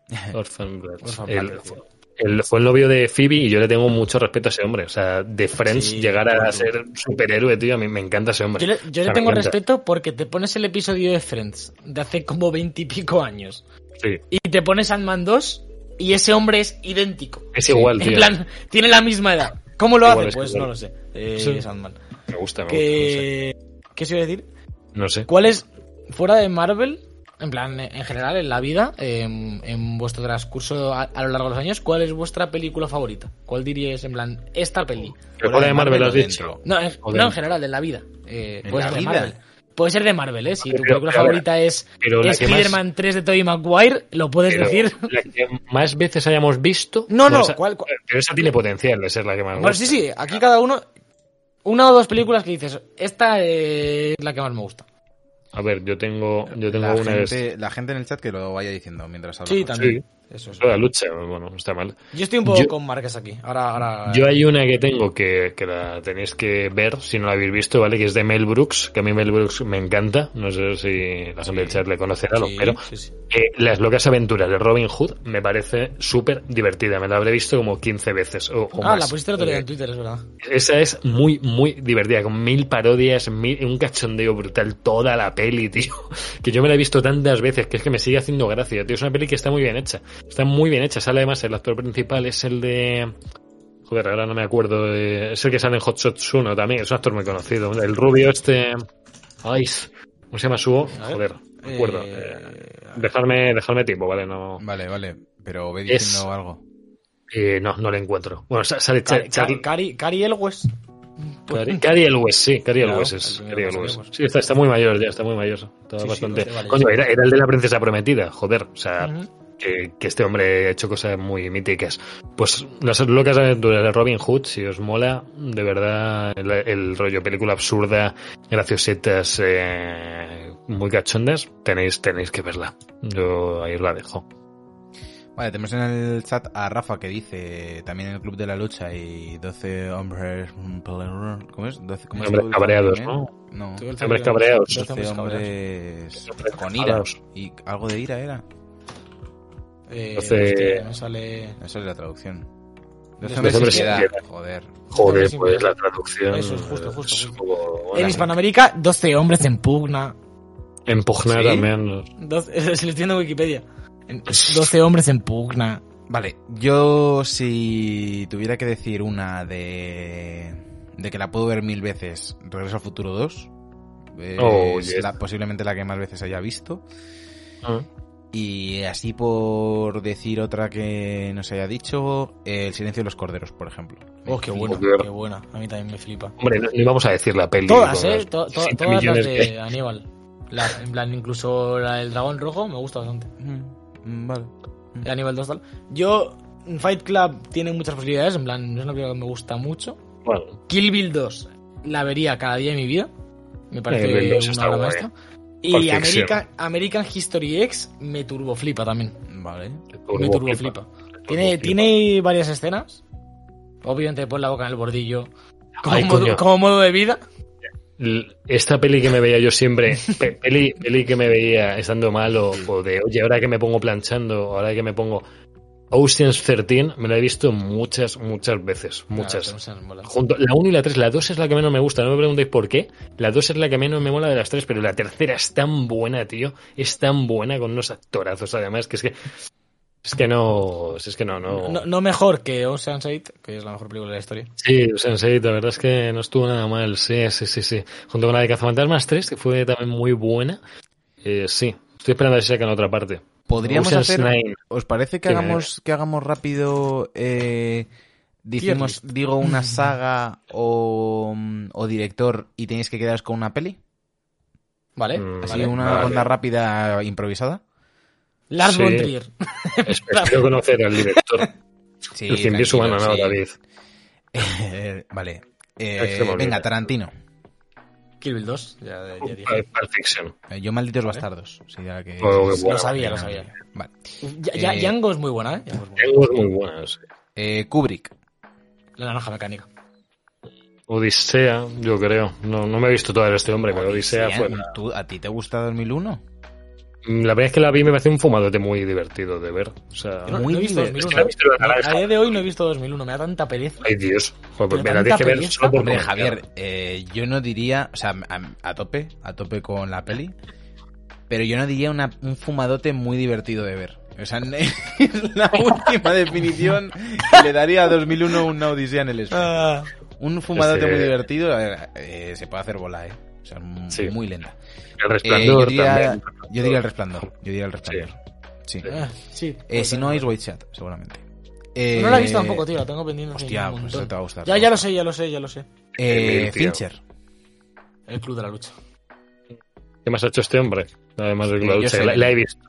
Orphan Black. Orphan el, Black fue, el, fue el novio de Phoebe y yo le tengo mucho respeto a ese hombre. O sea, de Friends sí, llegar a bueno. ser superhéroe, tío, a mí me encanta ese hombre. Yo le, yo o sea, le tengo respeto porque te pones el episodio de Friends de hace como veintipico años. Sí. Y te pones Ant-Man dos y ese hombre es idéntico. Es igual, tío. En plan, tiene la misma edad. ¿Cómo lo igual hace? Pues igual. No lo sé. Eh, sí. Es Ant-Man. Me gusta, me que... gusta. No sé. ¿Qué se iba a decir? No sé. ¿Cuál es, fuera de Marvel, en plan, en general, en la vida, en, en vuestro transcurso a, a lo largo de los años, cuál es vuestra película favorita? ¿Cuál diríais, en plan, esta peli? ¿Fuera de Marvel, Marvel has dicho? No, en, no, en general, en la vida. Eh, ¿En puede la ser vida? De Marvel. Puede ser de Marvel, ¿eh? Si tu película pero, favorita pero, es Spider-Man más... tres de Tobey Maguire, lo puedes pero decir. La que más veces hayamos visto... No, no, no esa, ¿cuál, cuál? Pero esa tiene potencial de ser la que más me bueno, gusta. Sí, sí, aquí cada uno... Una o dos películas que dices, esta es la que más me gusta. A ver, yo tengo, yo tengo la una... Gente, la gente en el chat que lo vaya diciendo mientras habla. Sí, también. Sí. Eso es. La lucha, bueno, no está mal. Yo estoy un poco yo, con Márquez aquí. Ahora, ahora... Yo hay una que tengo que, que la tenéis que ver, si no la habéis visto, ¿vale? Que es de Mel Brooks, que a mí Mel Brooks me encanta. No sé si la gente sí. del chat le conocerá, sí, pero sí, sí. Eh, Las locas aventuras de Robin Hood me parece súper divertida. Me la habré visto como quince veces o, o ah, más. la pusiste el otro día en Twitter, es verdad. Esa es muy, muy divertida, con mil parodias, mil, un cachondeo brutal, toda la peli, tío. Que yo me la he visto tantas veces que es que me sigue haciendo gracia, tío. Es una peli que está muy bien hecha. Está muy bien hecha. Sale además el actor principal, es el de... Joder, ahora no me acuerdo. Eh... Es el que sale en Hot Shots uno también. Es un actor muy conocido. El rubio este... Ay, ¿cómo se llama su? Joder, no me acuerdo. Eh... Eh... Dejarme, dejarme tiempo, ¿vale? No... Vale, vale. Pero ve diciendo es... algo. Eh, no, no le encuentro. Bueno, sale... Cari, Cari, Cari, Cari Elwes. Cari, Cari Elwes, sí, Cari Elwes es. Cari Elwes. Sí, está, está muy mayor ya, está muy mayor. Está sí, bastante... Sí, vale, Coño, sí. era, era el de la princesa prometida, joder. O sea... Uh-huh. Que, que este hombre ha hecho cosas muy míticas. Pues Las locas aventuras de Robin Hood, si os mola, de verdad, el, el rollo película absurda, graciosetas, eh, muy cachondas, tenéis, tenéis que verla. Yo ahí os la dejo. Vale, tenemos en el chat a Rafa que dice, también en el Club de la Lucha y doce hombres... ¿Cómo es? doce, ¿cómo hombres es cabreados, ¿no? No. Hombres cabreados. doce hombres con ira. ¿Y algo de ira era? Eh, doce... hostia, no sale... No sale la traducción. doce hombres sin piedad. piedad. Joder. Joder, pues la traducción... Eso es justo, justo. Es justo. poco... En Hispanoamérica, doce hombres en pugna. En pugna ¿Sí? también. doce, se lo estoy viendo en Wikipedia. doce hombres en pugna. Vale, yo si tuviera que decir una de... de que la puedo ver mil veces, Regreso al Futuro dos. Es oh, yes. la, posiblemente la que más veces haya visto. Uh-huh. Y así por decir otra que no se haya dicho, El silencio de los corderos, por ejemplo. Oh, qué buena, Joder. qué buena. A mí también me flipa. Hombre, no, no íbamos a decir la peli. Todas, ¿eh? To, to, todas las de que... Aníbal. La, en plan, incluso la del dragón rojo me gusta bastante. Mm, vale. Mm. Aníbal dos tal. Yo, Fight Club tiene muchas posibilidades, en plan, no es una película que me gusta mucho. Bueno. Kill Bill dos la vería cada día de mi vida. Me parece eh, una obra maestra. Y American, American History X me turbo flipa también. Vale. Me turbo flipa. Tiene, tiene varias escenas. Obviamente pon la boca en el bordillo. Como, Ay, modo, como modo de vida. Esta peli que me veía yo siempre, peli, peli que me veía estando mal o, o de, oye, ahora que me pongo planchando, ahora que me pongo... Ocean's trece, me la he visto muchas, muchas veces, muchas. Claro, junto, la uno y la tres, la dos es la que menos me gusta, no me preguntéis por qué. La dos es la que menos me mola de las tres, pero la tercera es tan buena, tío. Es tan buena con unos actorazos, además, que es que... Es que no... Es que no, no... No, no mejor que Ocean's ocho, que es la mejor película de la historia. Sí, Ocean's ocho, la verdad es que no estuvo nada mal, sí, sí, sí, sí. Junto con la de Cazafantasmas tres, que fue también muy buena. Eh, sí, estoy esperando a ver si sacan otra parte. Podríamos Ocean's hacer... Nine. ¿Os parece que hagamos que hagamos rápido... Eh, decimos, digo una saga o, o director y tenéis que quedaros con una peli? Vale. Así vale, una vale. ronda rápida improvisada. Lars sí. von Trier. Espero conocer al director. Sí, el cien pies humano, no, sí. David. Eh, vale. Eh, venga, Tarantino. Kill Bill dos, ya, ya dije. Pulp Fiction. Eh, yo Malditos Bastardos. Sí, ya que... Oh, Lo bueno, sabía, lo Venga, sabía. Vale. Ya, ya, Eh, Django es muy buena, ¿eh? Django es muy buena. Django es muy buena, sí. Eh, Kubrick. La naranja mecánica. Odisea, yo creo. No, no me he visto toda de este hombre, pero Odisea, Odisea, fue... la- ¿tú- ¿A ti te gusta dos mil uno? La primera vez que la vi me pareció un fumadote muy divertido de ver. O sea... Yo no, Muy no he visto divertido. dos mil uno. Es que la he visto en la ¿eh? naranja. A día de hoy no he visto dos mil uno, me da tanta pereza. Ay, Dios. Joder, Pero me la tienes que tanta ver pereza. solo por Hombre, comentar. Javier, eh, yo no diría, o sea, a, a tope, a tope con la peli, pero yo no diría una, un fumadote muy divertido de ver. O sea, es la última definición que le daría a dos mil uno una odisea en el espacio. Ah, Un fumadote Este- muy divertido, eh, eh, se puede hacer bola, eh. O sea, m- Sí. muy lenta. El Eh, Resplandor yo, diría, también. yo diría el resplandor. Yo diría el resplandor. Sí. ah, sí. Eh, si no, Ice White Shot, seguramente. Eh, No la he visto tampoco, tío, la tengo pendiente. Hostia, un pues montón. eso te va a gustar. Ya, ya lo sé, ya lo sé, ya lo sé. Eh, Emil, tío. Fincher. El Club de la Lucha. ¿Qué más ha hecho este hombre? Además de Eh, la yo lucha, sé. la, la he visto.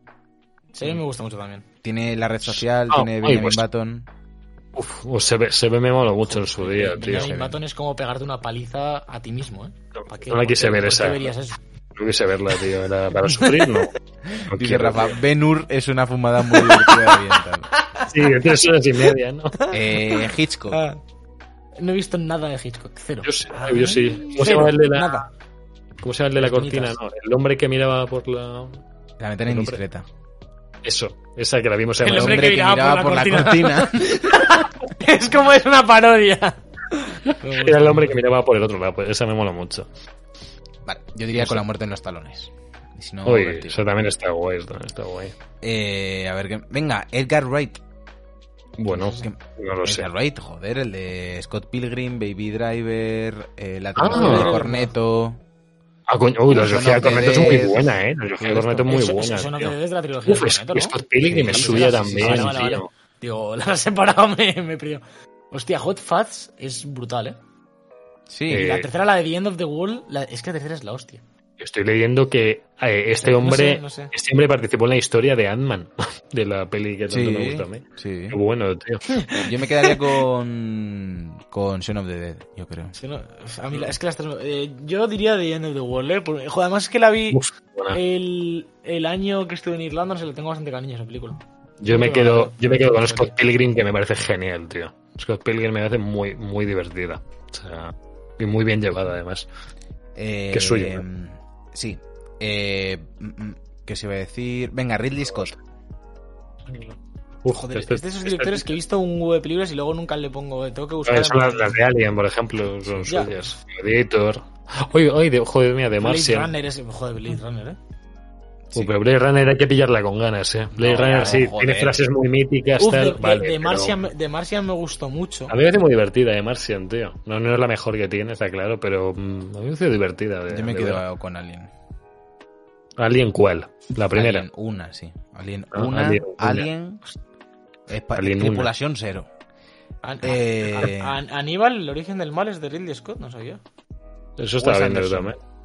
Sí, me gusta mucho también. Tiene la red social, Ah, tiene ay, Benjamin pues. Button. Uf, pues se ve, se ve me mola mucho en su día, tío. Benjamin Button es como pegarte una paliza a ti mismo, ¿eh? ¿Para qué? No la quise ¿Por qué- ver por esa. qué verías eso? No quise verla, tío. Era para sufrir, ¿no? No Dice quiero, Rafa, tío. Ben Hur es una fumada muy divertida. Bien, tal. Sí, de tres horas y media, ¿no? Eh, Hitchcock. Ah, no he visto nada de Hitchcock, cero. Yo sí, Ah, yo sí. ¿Cómo se cero, llama el de la, nada. ¿Cómo se llama el de la Las cortina? bonitas. No, el hombre que miraba por la... La ventana el hombre- indiscreta. Eso, esa que la vimos en El El hombre hombre que que miraba miraba por la cortina. Es como es una parodia. Era el hombre que miraba por el otro lado, pues esa me mola mucho. Vale, yo diría No sé. con la muerte en los talones. Y si no, Uy, Vértigo. eso también está guay, está, está guay. Eh, a ver, ¿qué? Venga, Edgar Wright. Bueno, Es que- no lo sé. Edgar Wright, joder, el de Scott Pilgrim, Baby Driver, eh, la Ah. trilogía de Cornetto. Ah, coño, uy, la Son trilogía de of the Cornetto es muy Dead. buena, ¿eh? La trilogía de Cornetto es muy Eso- buena, Eso no tío. que desde la trilogía Uf, de es, Cornetto, ¿no? Scott Pilgrim es Sí, suya sí, sí, también, Vale, vale, vale. tío. Digo, la separado me, me perdió. Hostia, Hot Fuzz es brutal, ¿eh? Sí, Y Eh, la tercera, la de The End of the World, la- es que la tercera es la hostia. Estoy leyendo que eh, este No hombre sé, no sé. este hombre participó en la historia de Ant-Man, de la peli que tanto sí, me gusta a mí. sí. Qué bueno, tío. Yo me quedaría con con Shaun of the Dead, yo creo. Sí, no, a mí la- es que las tres... eh, yo diría The End of the World, ¿eh? Porque, joder, además es que la vi Uf, buena. el, el año que estuve en Irlanda, no sé, le tengo bastante cariño a esa película. Yo me Bueno, quedo, vale. yo me quedo con Scott Pilgrim, que me parece genial, tío. Scott Pilgrim me parece muy, muy divertida. O sea, y muy bien llevada, además. Eh, Que es suyo, Sí. Eh, mm, mm, ¿Qué se iba a decir? Venga, Ridley Scott. Uf, Joder, este- es de esos este- directores que he visto un huevo de películas y luego nunca le pongo... Tengo que Ah, buscar... son las, las de Alien, por ejemplo, son Ya. suyas. Editor. Oye, oye, de, joder, mía, de Blade Martian. Runner es... Joder, Blade Runner, ¿eh? Sí. Uh, pero Blade Runner hay que pillarla con ganas, eh. Blade No, Runner no, sí, joder. tiene frases muy míticas, Uf, tal. de, de- vale, de pero- Martian, de Martian me gustó mucho. A mí me parece muy divertida de Martian, tío. No, no es la mejor que tiene, está claro, pero mm, a mí me parece divertida. De, Yo me de ver. quedo con Alien. ¿Alien cuál? La primera. Alien, una, sí. Alien, Ah, una. Alien, Alien. una. espa- Alien, tripulación cero. An- Eh, An- Aníbal, el origen del mal es de Ridley Scott, no sabía. Eso estaba Wes viendo yo Anderson. también.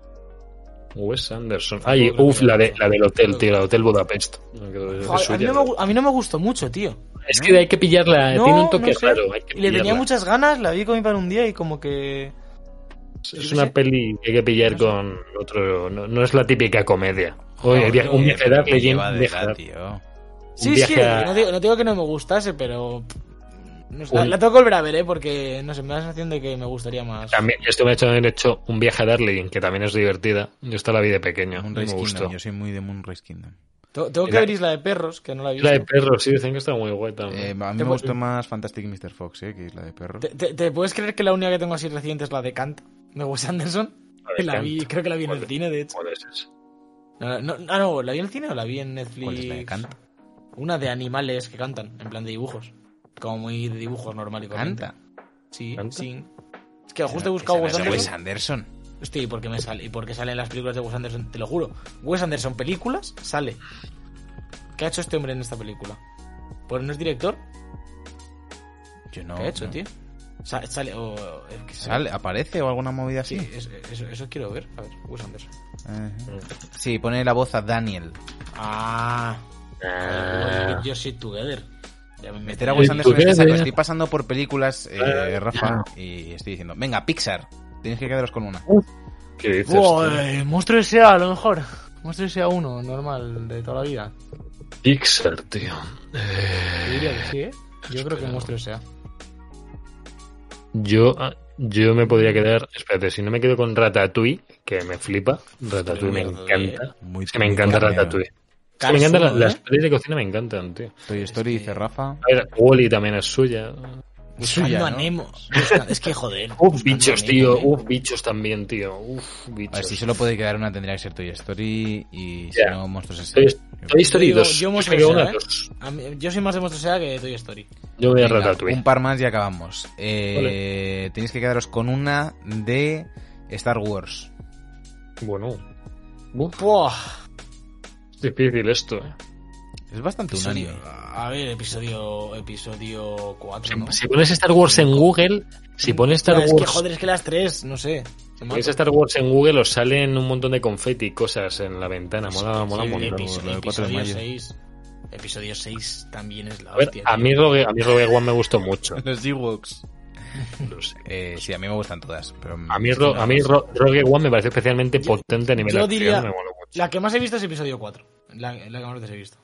Wes Anderson. Ay, uff, la, de, la del hotel, tío, la del Hotel Budapest. No, que es Joder, a, suya. mí no me, gu- a mí no me gustó mucho, tío. Es que hay que pillarla, No, tiene un toque no sé. raro. Hay que Y le tenía pillarla. muchas ganas, la vi con mi padre un día y como que... Es una peli que hay que pillar No sé. con otro. No, no es la típica comedia. Oye, Joder, un viaje de Darley, lleva un de viaje edad, de- tío. un Sí, viaje sí, a- no digo, no digo que no me gustase, pero... no sé, la, Un- la tengo que volver a ver, ¿eh? Porque, no sé, me da la sensación de que me gustaría más. También, esto me ha hecho haber hecho un viaje a Darling, que también es divertida. Yo esta la vi de pequeño. Me Moonrise gustó. Kingdom. Yo soy muy de Moonrise Kingdom. Tengo, tengo que Mira. ver Isla de Perros, que no la he visto. La de perros, sí, dicen que está muy guay también. Eh, a mí Te me pu- gustó más Fantastic mister Fox, eh, que es la de perro. ¿Te, te, te puedes creer que la única que tengo así reciente es la de Kant, de Wes Anderson? La de Que la Kant. vi, creo que la vi en el ¿Cuál? cine, de hecho. ¿Cuál es esa? No, no, ah, no, ¿la vi en el cine o la vi en Netflix? ¿Cuál es la de Kant? Una de animales que cantan, en plan de dibujos. Como muy de dibujos normal y corriente. ¿Canta? Sí, ¿Canta? sí. Es que justo he buscado Wes Esa no es de Wes Anderson. Anderson. Hostia, ¿y por qué me sale? ¿Y por qué salen las películas de Wes Anderson? Te lo juro. Wes Anderson, películas, sale. ¿Qué ha hecho este hombre en esta película? ¿Pues no es director? Yo no. ¿Qué ha hecho, no. tío? Sa- Sale, o... es que ¿Sale? ¿Aparece o alguna movida así? Sí, eso, eso, eso quiero ver. A ver, Wes Anderson. Ajá. Sí, pone la voz a Daniel. Ah. Ah. Yo Shit Together. Ya me Este era metí. Wes Anderson, es que Together. saco, estoy pasando por películas, eh, Ah. Rafa, y estoy diciendo, venga, Pixar. Tenéis que quedaros con una. ¿Qué dices? Buah, tío? eh, Monstruo S A, a lo mejor. Monstruo S A uno, normal, de toda la vida. Pixar, tío. Yo Eh, diría que sí, ¿eh? Yo creo que Monstruo S A. yo, ah, yo me podría quedar... Espérate, si no me quedo con Ratatouille, que me flipa. Ratatouille me Ratatouille, encanta. Muy Es que me encanta cañero. Ratatouille. Es que me encantan Calzudo, las, las ¿eh? pelis de cocina, me encantan, tío. Toy Story, dice Rafa. A ver, Wall-E también es suya. Buscando Suya, a ¿no? Nemo. Busca- Es que joder. Uf, buscando bichos, a tío. Nemo, ¿eh? Uf, bichos también, tío. Uf, A bichos. ver, si solo puede quedar una, tendría que ser Toy Story y si Ya. no, Monstruos S A. Toy, Toy Story Yo digo- dos. yo me Monstruo quedo S A, una ¿eh? dos. A mí- Yo soy más de Monstruo S A que de Toy Story. Yo voy a Venga, Ratatouille. un par más y acabamos. Eh, tenéis que quedaros con una de Star Wars. Bueno. Uf, Buah. es difícil esto, eh. Es bastante Episodio- unánime. A ver, episodio episodio cuatro, Si, ¿no? si pones Star Wars en Google, si pones Star Ya, es Wars, que joder, es que las tres, no sé. Se me pones ha- Star Wars en Google, os salen un montón de confeti y cosas en la ventana. Mola, mola sí, un montón. Episo- lo del cuatro de episodio mayo. seis. Episodio seis también es la A ver, hostia. a tío. mí Rogue, a mí Rogue One me gustó mucho. Los Ewoks. No sé. Eh, sí, a mí me gustan todas. Pero A mí, Ro- a mí Ro- Rogue One me parece especialmente Yo- potente a nivel yo de acción, diría- me moló mucho. La que más he visto es episodio cuatro. La, la que más veces he visto.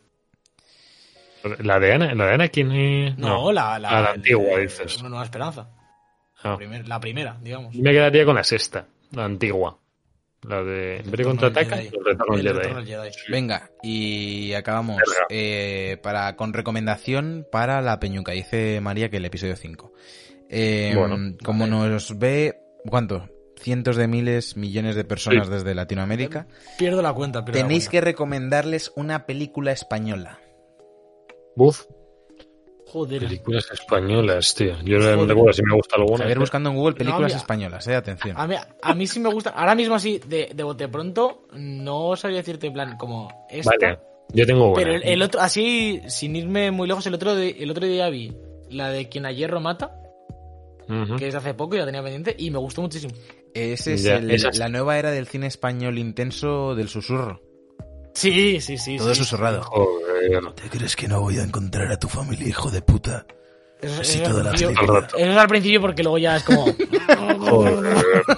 La de Ana, la de Ana, ¿quién es? No, la, la, Ah, la antigua, de- dices. Una nueva esperanza. Ah. La, primer- la primera, digamos. Yo me quedaría con la sexta, la antigua. La de Imperio contraataca y El el Retorno del El Jedi. Retorno del Jedi. Venga, y acabamos Verga. eh, para con recomendación para la Peñuca. Dice María que el episodio cinco. Eh, Bueno, como nos ve, ¿cuánto? Cientos de miles, millones de personas Sí. desde Latinoamérica. Pierdo la cuenta. pierdo la Tenéis que cuenta. recomendarles una película española. Buf, Joder. películas españolas, tío. Yo no Joder. recuerdo si me gusta alguna. Javier buscando en Google películas mira. españolas, eh, atención. A mí, a mí sí me gusta. Ahora mismo así, de, de bote pronto, no sabría decirte en plan como esta. Vale, yo tengo una. Pero el, el otro, así, sin irme muy lejos, el otro, de, el otro día vi la de Quien a hierro mata, Ujú. que es de hace poco y la tenía pendiente, y me gustó muchísimo. Ese es Ya, el- esas- la nueva era del cine español intenso del susurro. Sí, sí, sí. Todo sí. susurrado. Joder. ¿Te crees que no voy a encontrar a tu familia, hijo de puta? Eso, Sí, eso toda es la al principio- película. eso es al principio porque luego ya es como... Joder.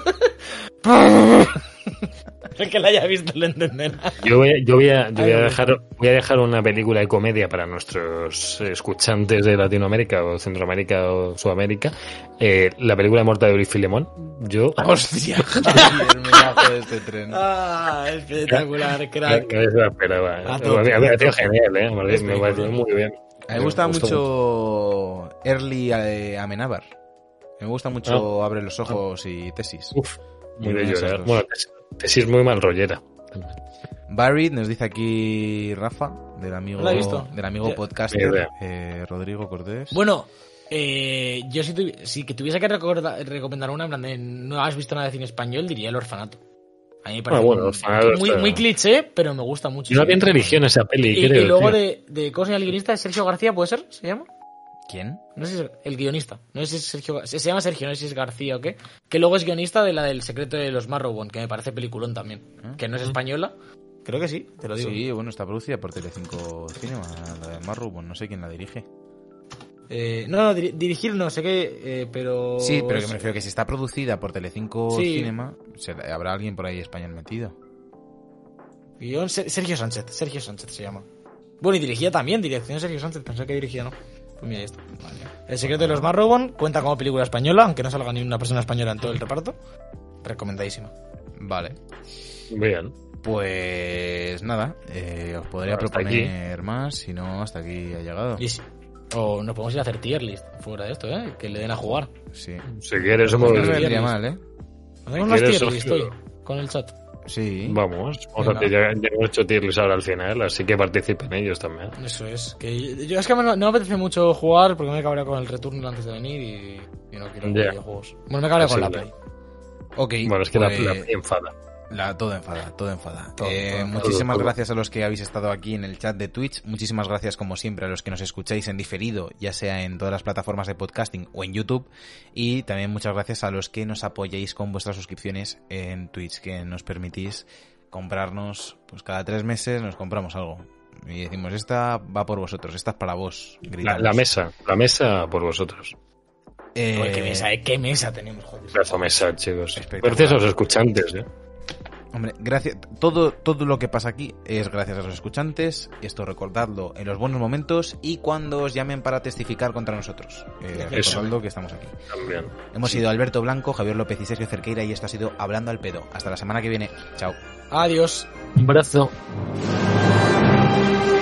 El que la haya visto lo entenderá. Yo voy, a- yo voy a, yo voy Ay, a me dejar, voy a dejar una película de comedia para nuestros escuchantes de Latinoamérica o Centroamérica o Sudamérica. Eh, la película de Mortadelo y Filemón. Yo Hostia, Javier, me bajo de este tren. Ah, espectacular, no, crack. no se la esperaba. A Me tope, había a parecido tope. genial, eh. Me Es pareció- me pareció película. muy bien. A mí me gusta gustó mucho Early eh, Amenábar. Me gusta mucho Ah. Abre los ojos y Tesis. Uf, muy Muy de buenas llorar. esas Bueno, dos. tesis- tesis muy mal rollera. Barry nos dice aquí Rafa, del amigo, ¿La has visto? del amigo Ya. podcaster Ni idea. eh, Rodrigo Cortés. Bueno, eh, yo si, tuvi- si que tuviese que recorda- recomendar una, en plan de no has visto nada de cine español, diría El Orfanato. A mí me parece Ah, bueno, un- Orfanato muy, está- muy cliché, pero me gusta mucho. Y no sí. había en religión esa peli, Y, creo. y luego tío. de, de ¿cómo se llama el guionista? ¿Sergio García puede ser? ¿Se llama? ¿Quién? No sé si es el guionista. No sé si es Sergio. Se, se llama Sergio, no sé si es García o qué. Que luego es guionista de la del secreto de los Marrowbone, que me parece peliculón también. ¿Ah? Que no es española. Creo que sí, te lo digo. Sí, bueno, está producida por Telecinco Cinema, la de Marru, no sé quién la dirige. Eh, no, no, diri- dirigir no sé qué, eh, pero. Sí, pero que me refiero que si está producida por Telecinco Sí. Cinema, se- habrá alguien por ahí español metido. Guión Ser- Sergio Sánchez, Sergio Sánchez se llama. Bueno, y dirigía también, dirección Sergio Sánchez, pensé que dirigía no. Pues mira, ahí está. El secreto de los Marrowbone cuenta como película española, aunque no salga ni una persona española en todo el reparto. Recomendadísima. Vale. Bien. Pues nada, eh, os podría Hasta proponer más, si no, hasta aquí ha llegado. Y si- o nos podemos ir a hacer tier list fuera de esto, ¿eh? Que le den a jugar. Sí. Si quieres, somos... No me Tier vendría list. mal, ¿eh? Hacemos unas ¿Quieres, tier list Sergio? hoy, con el chat. Sí. Vamos, vamos Venga. a ya, ya hemos hecho tier list ahora al final, así que participen ellos también. Eso es. Que yo es que me- no me apetece mucho jugar porque me he cabreado con el return antes de venir y, y no quiero Ya. videojuegos. Bueno, me he cabreado con la Posible. Play. Ok. Bueno, es que la, pues, la enfada. la- todo enfada, todo enfada. Todo, Eh, todo, muchísimas todo, todo. gracias a los que habéis estado aquí en el chat de Twitch. Muchísimas gracias, como siempre, a los que nos escucháis en diferido, ya sea en todas las plataformas de podcasting o en YouTube. Y también muchas gracias a los que nos apoyáis con vuestras suscripciones en Twitch, que nos permitís comprarnos, pues cada tres meses nos compramos algo. Y decimos, esta va por vosotros, esta es para vos. La, Gritamos. la mesa, la mesa por vosotros. Eh, Joder, qué mesa, ¿eh? ¿Qué mesa tenemos, joder? Pedazo mesa, chicos. Espectacular. Gracias a los escuchantes, ¿eh? Hombre, gracias. Todo, todo lo que pasa aquí es gracias a los escuchantes. Esto recordadlo en los buenos momentos y cuando os llamen para testificar contra nosotros. Eh, Eso. recordadlo que estamos aquí. También. Hemos sido Alberto Blanco, Javier López y Sergio Cerqueira y esto ha sido Hablando al Pedo. Hasta la semana que viene. Chao. Adiós. Un abrazo.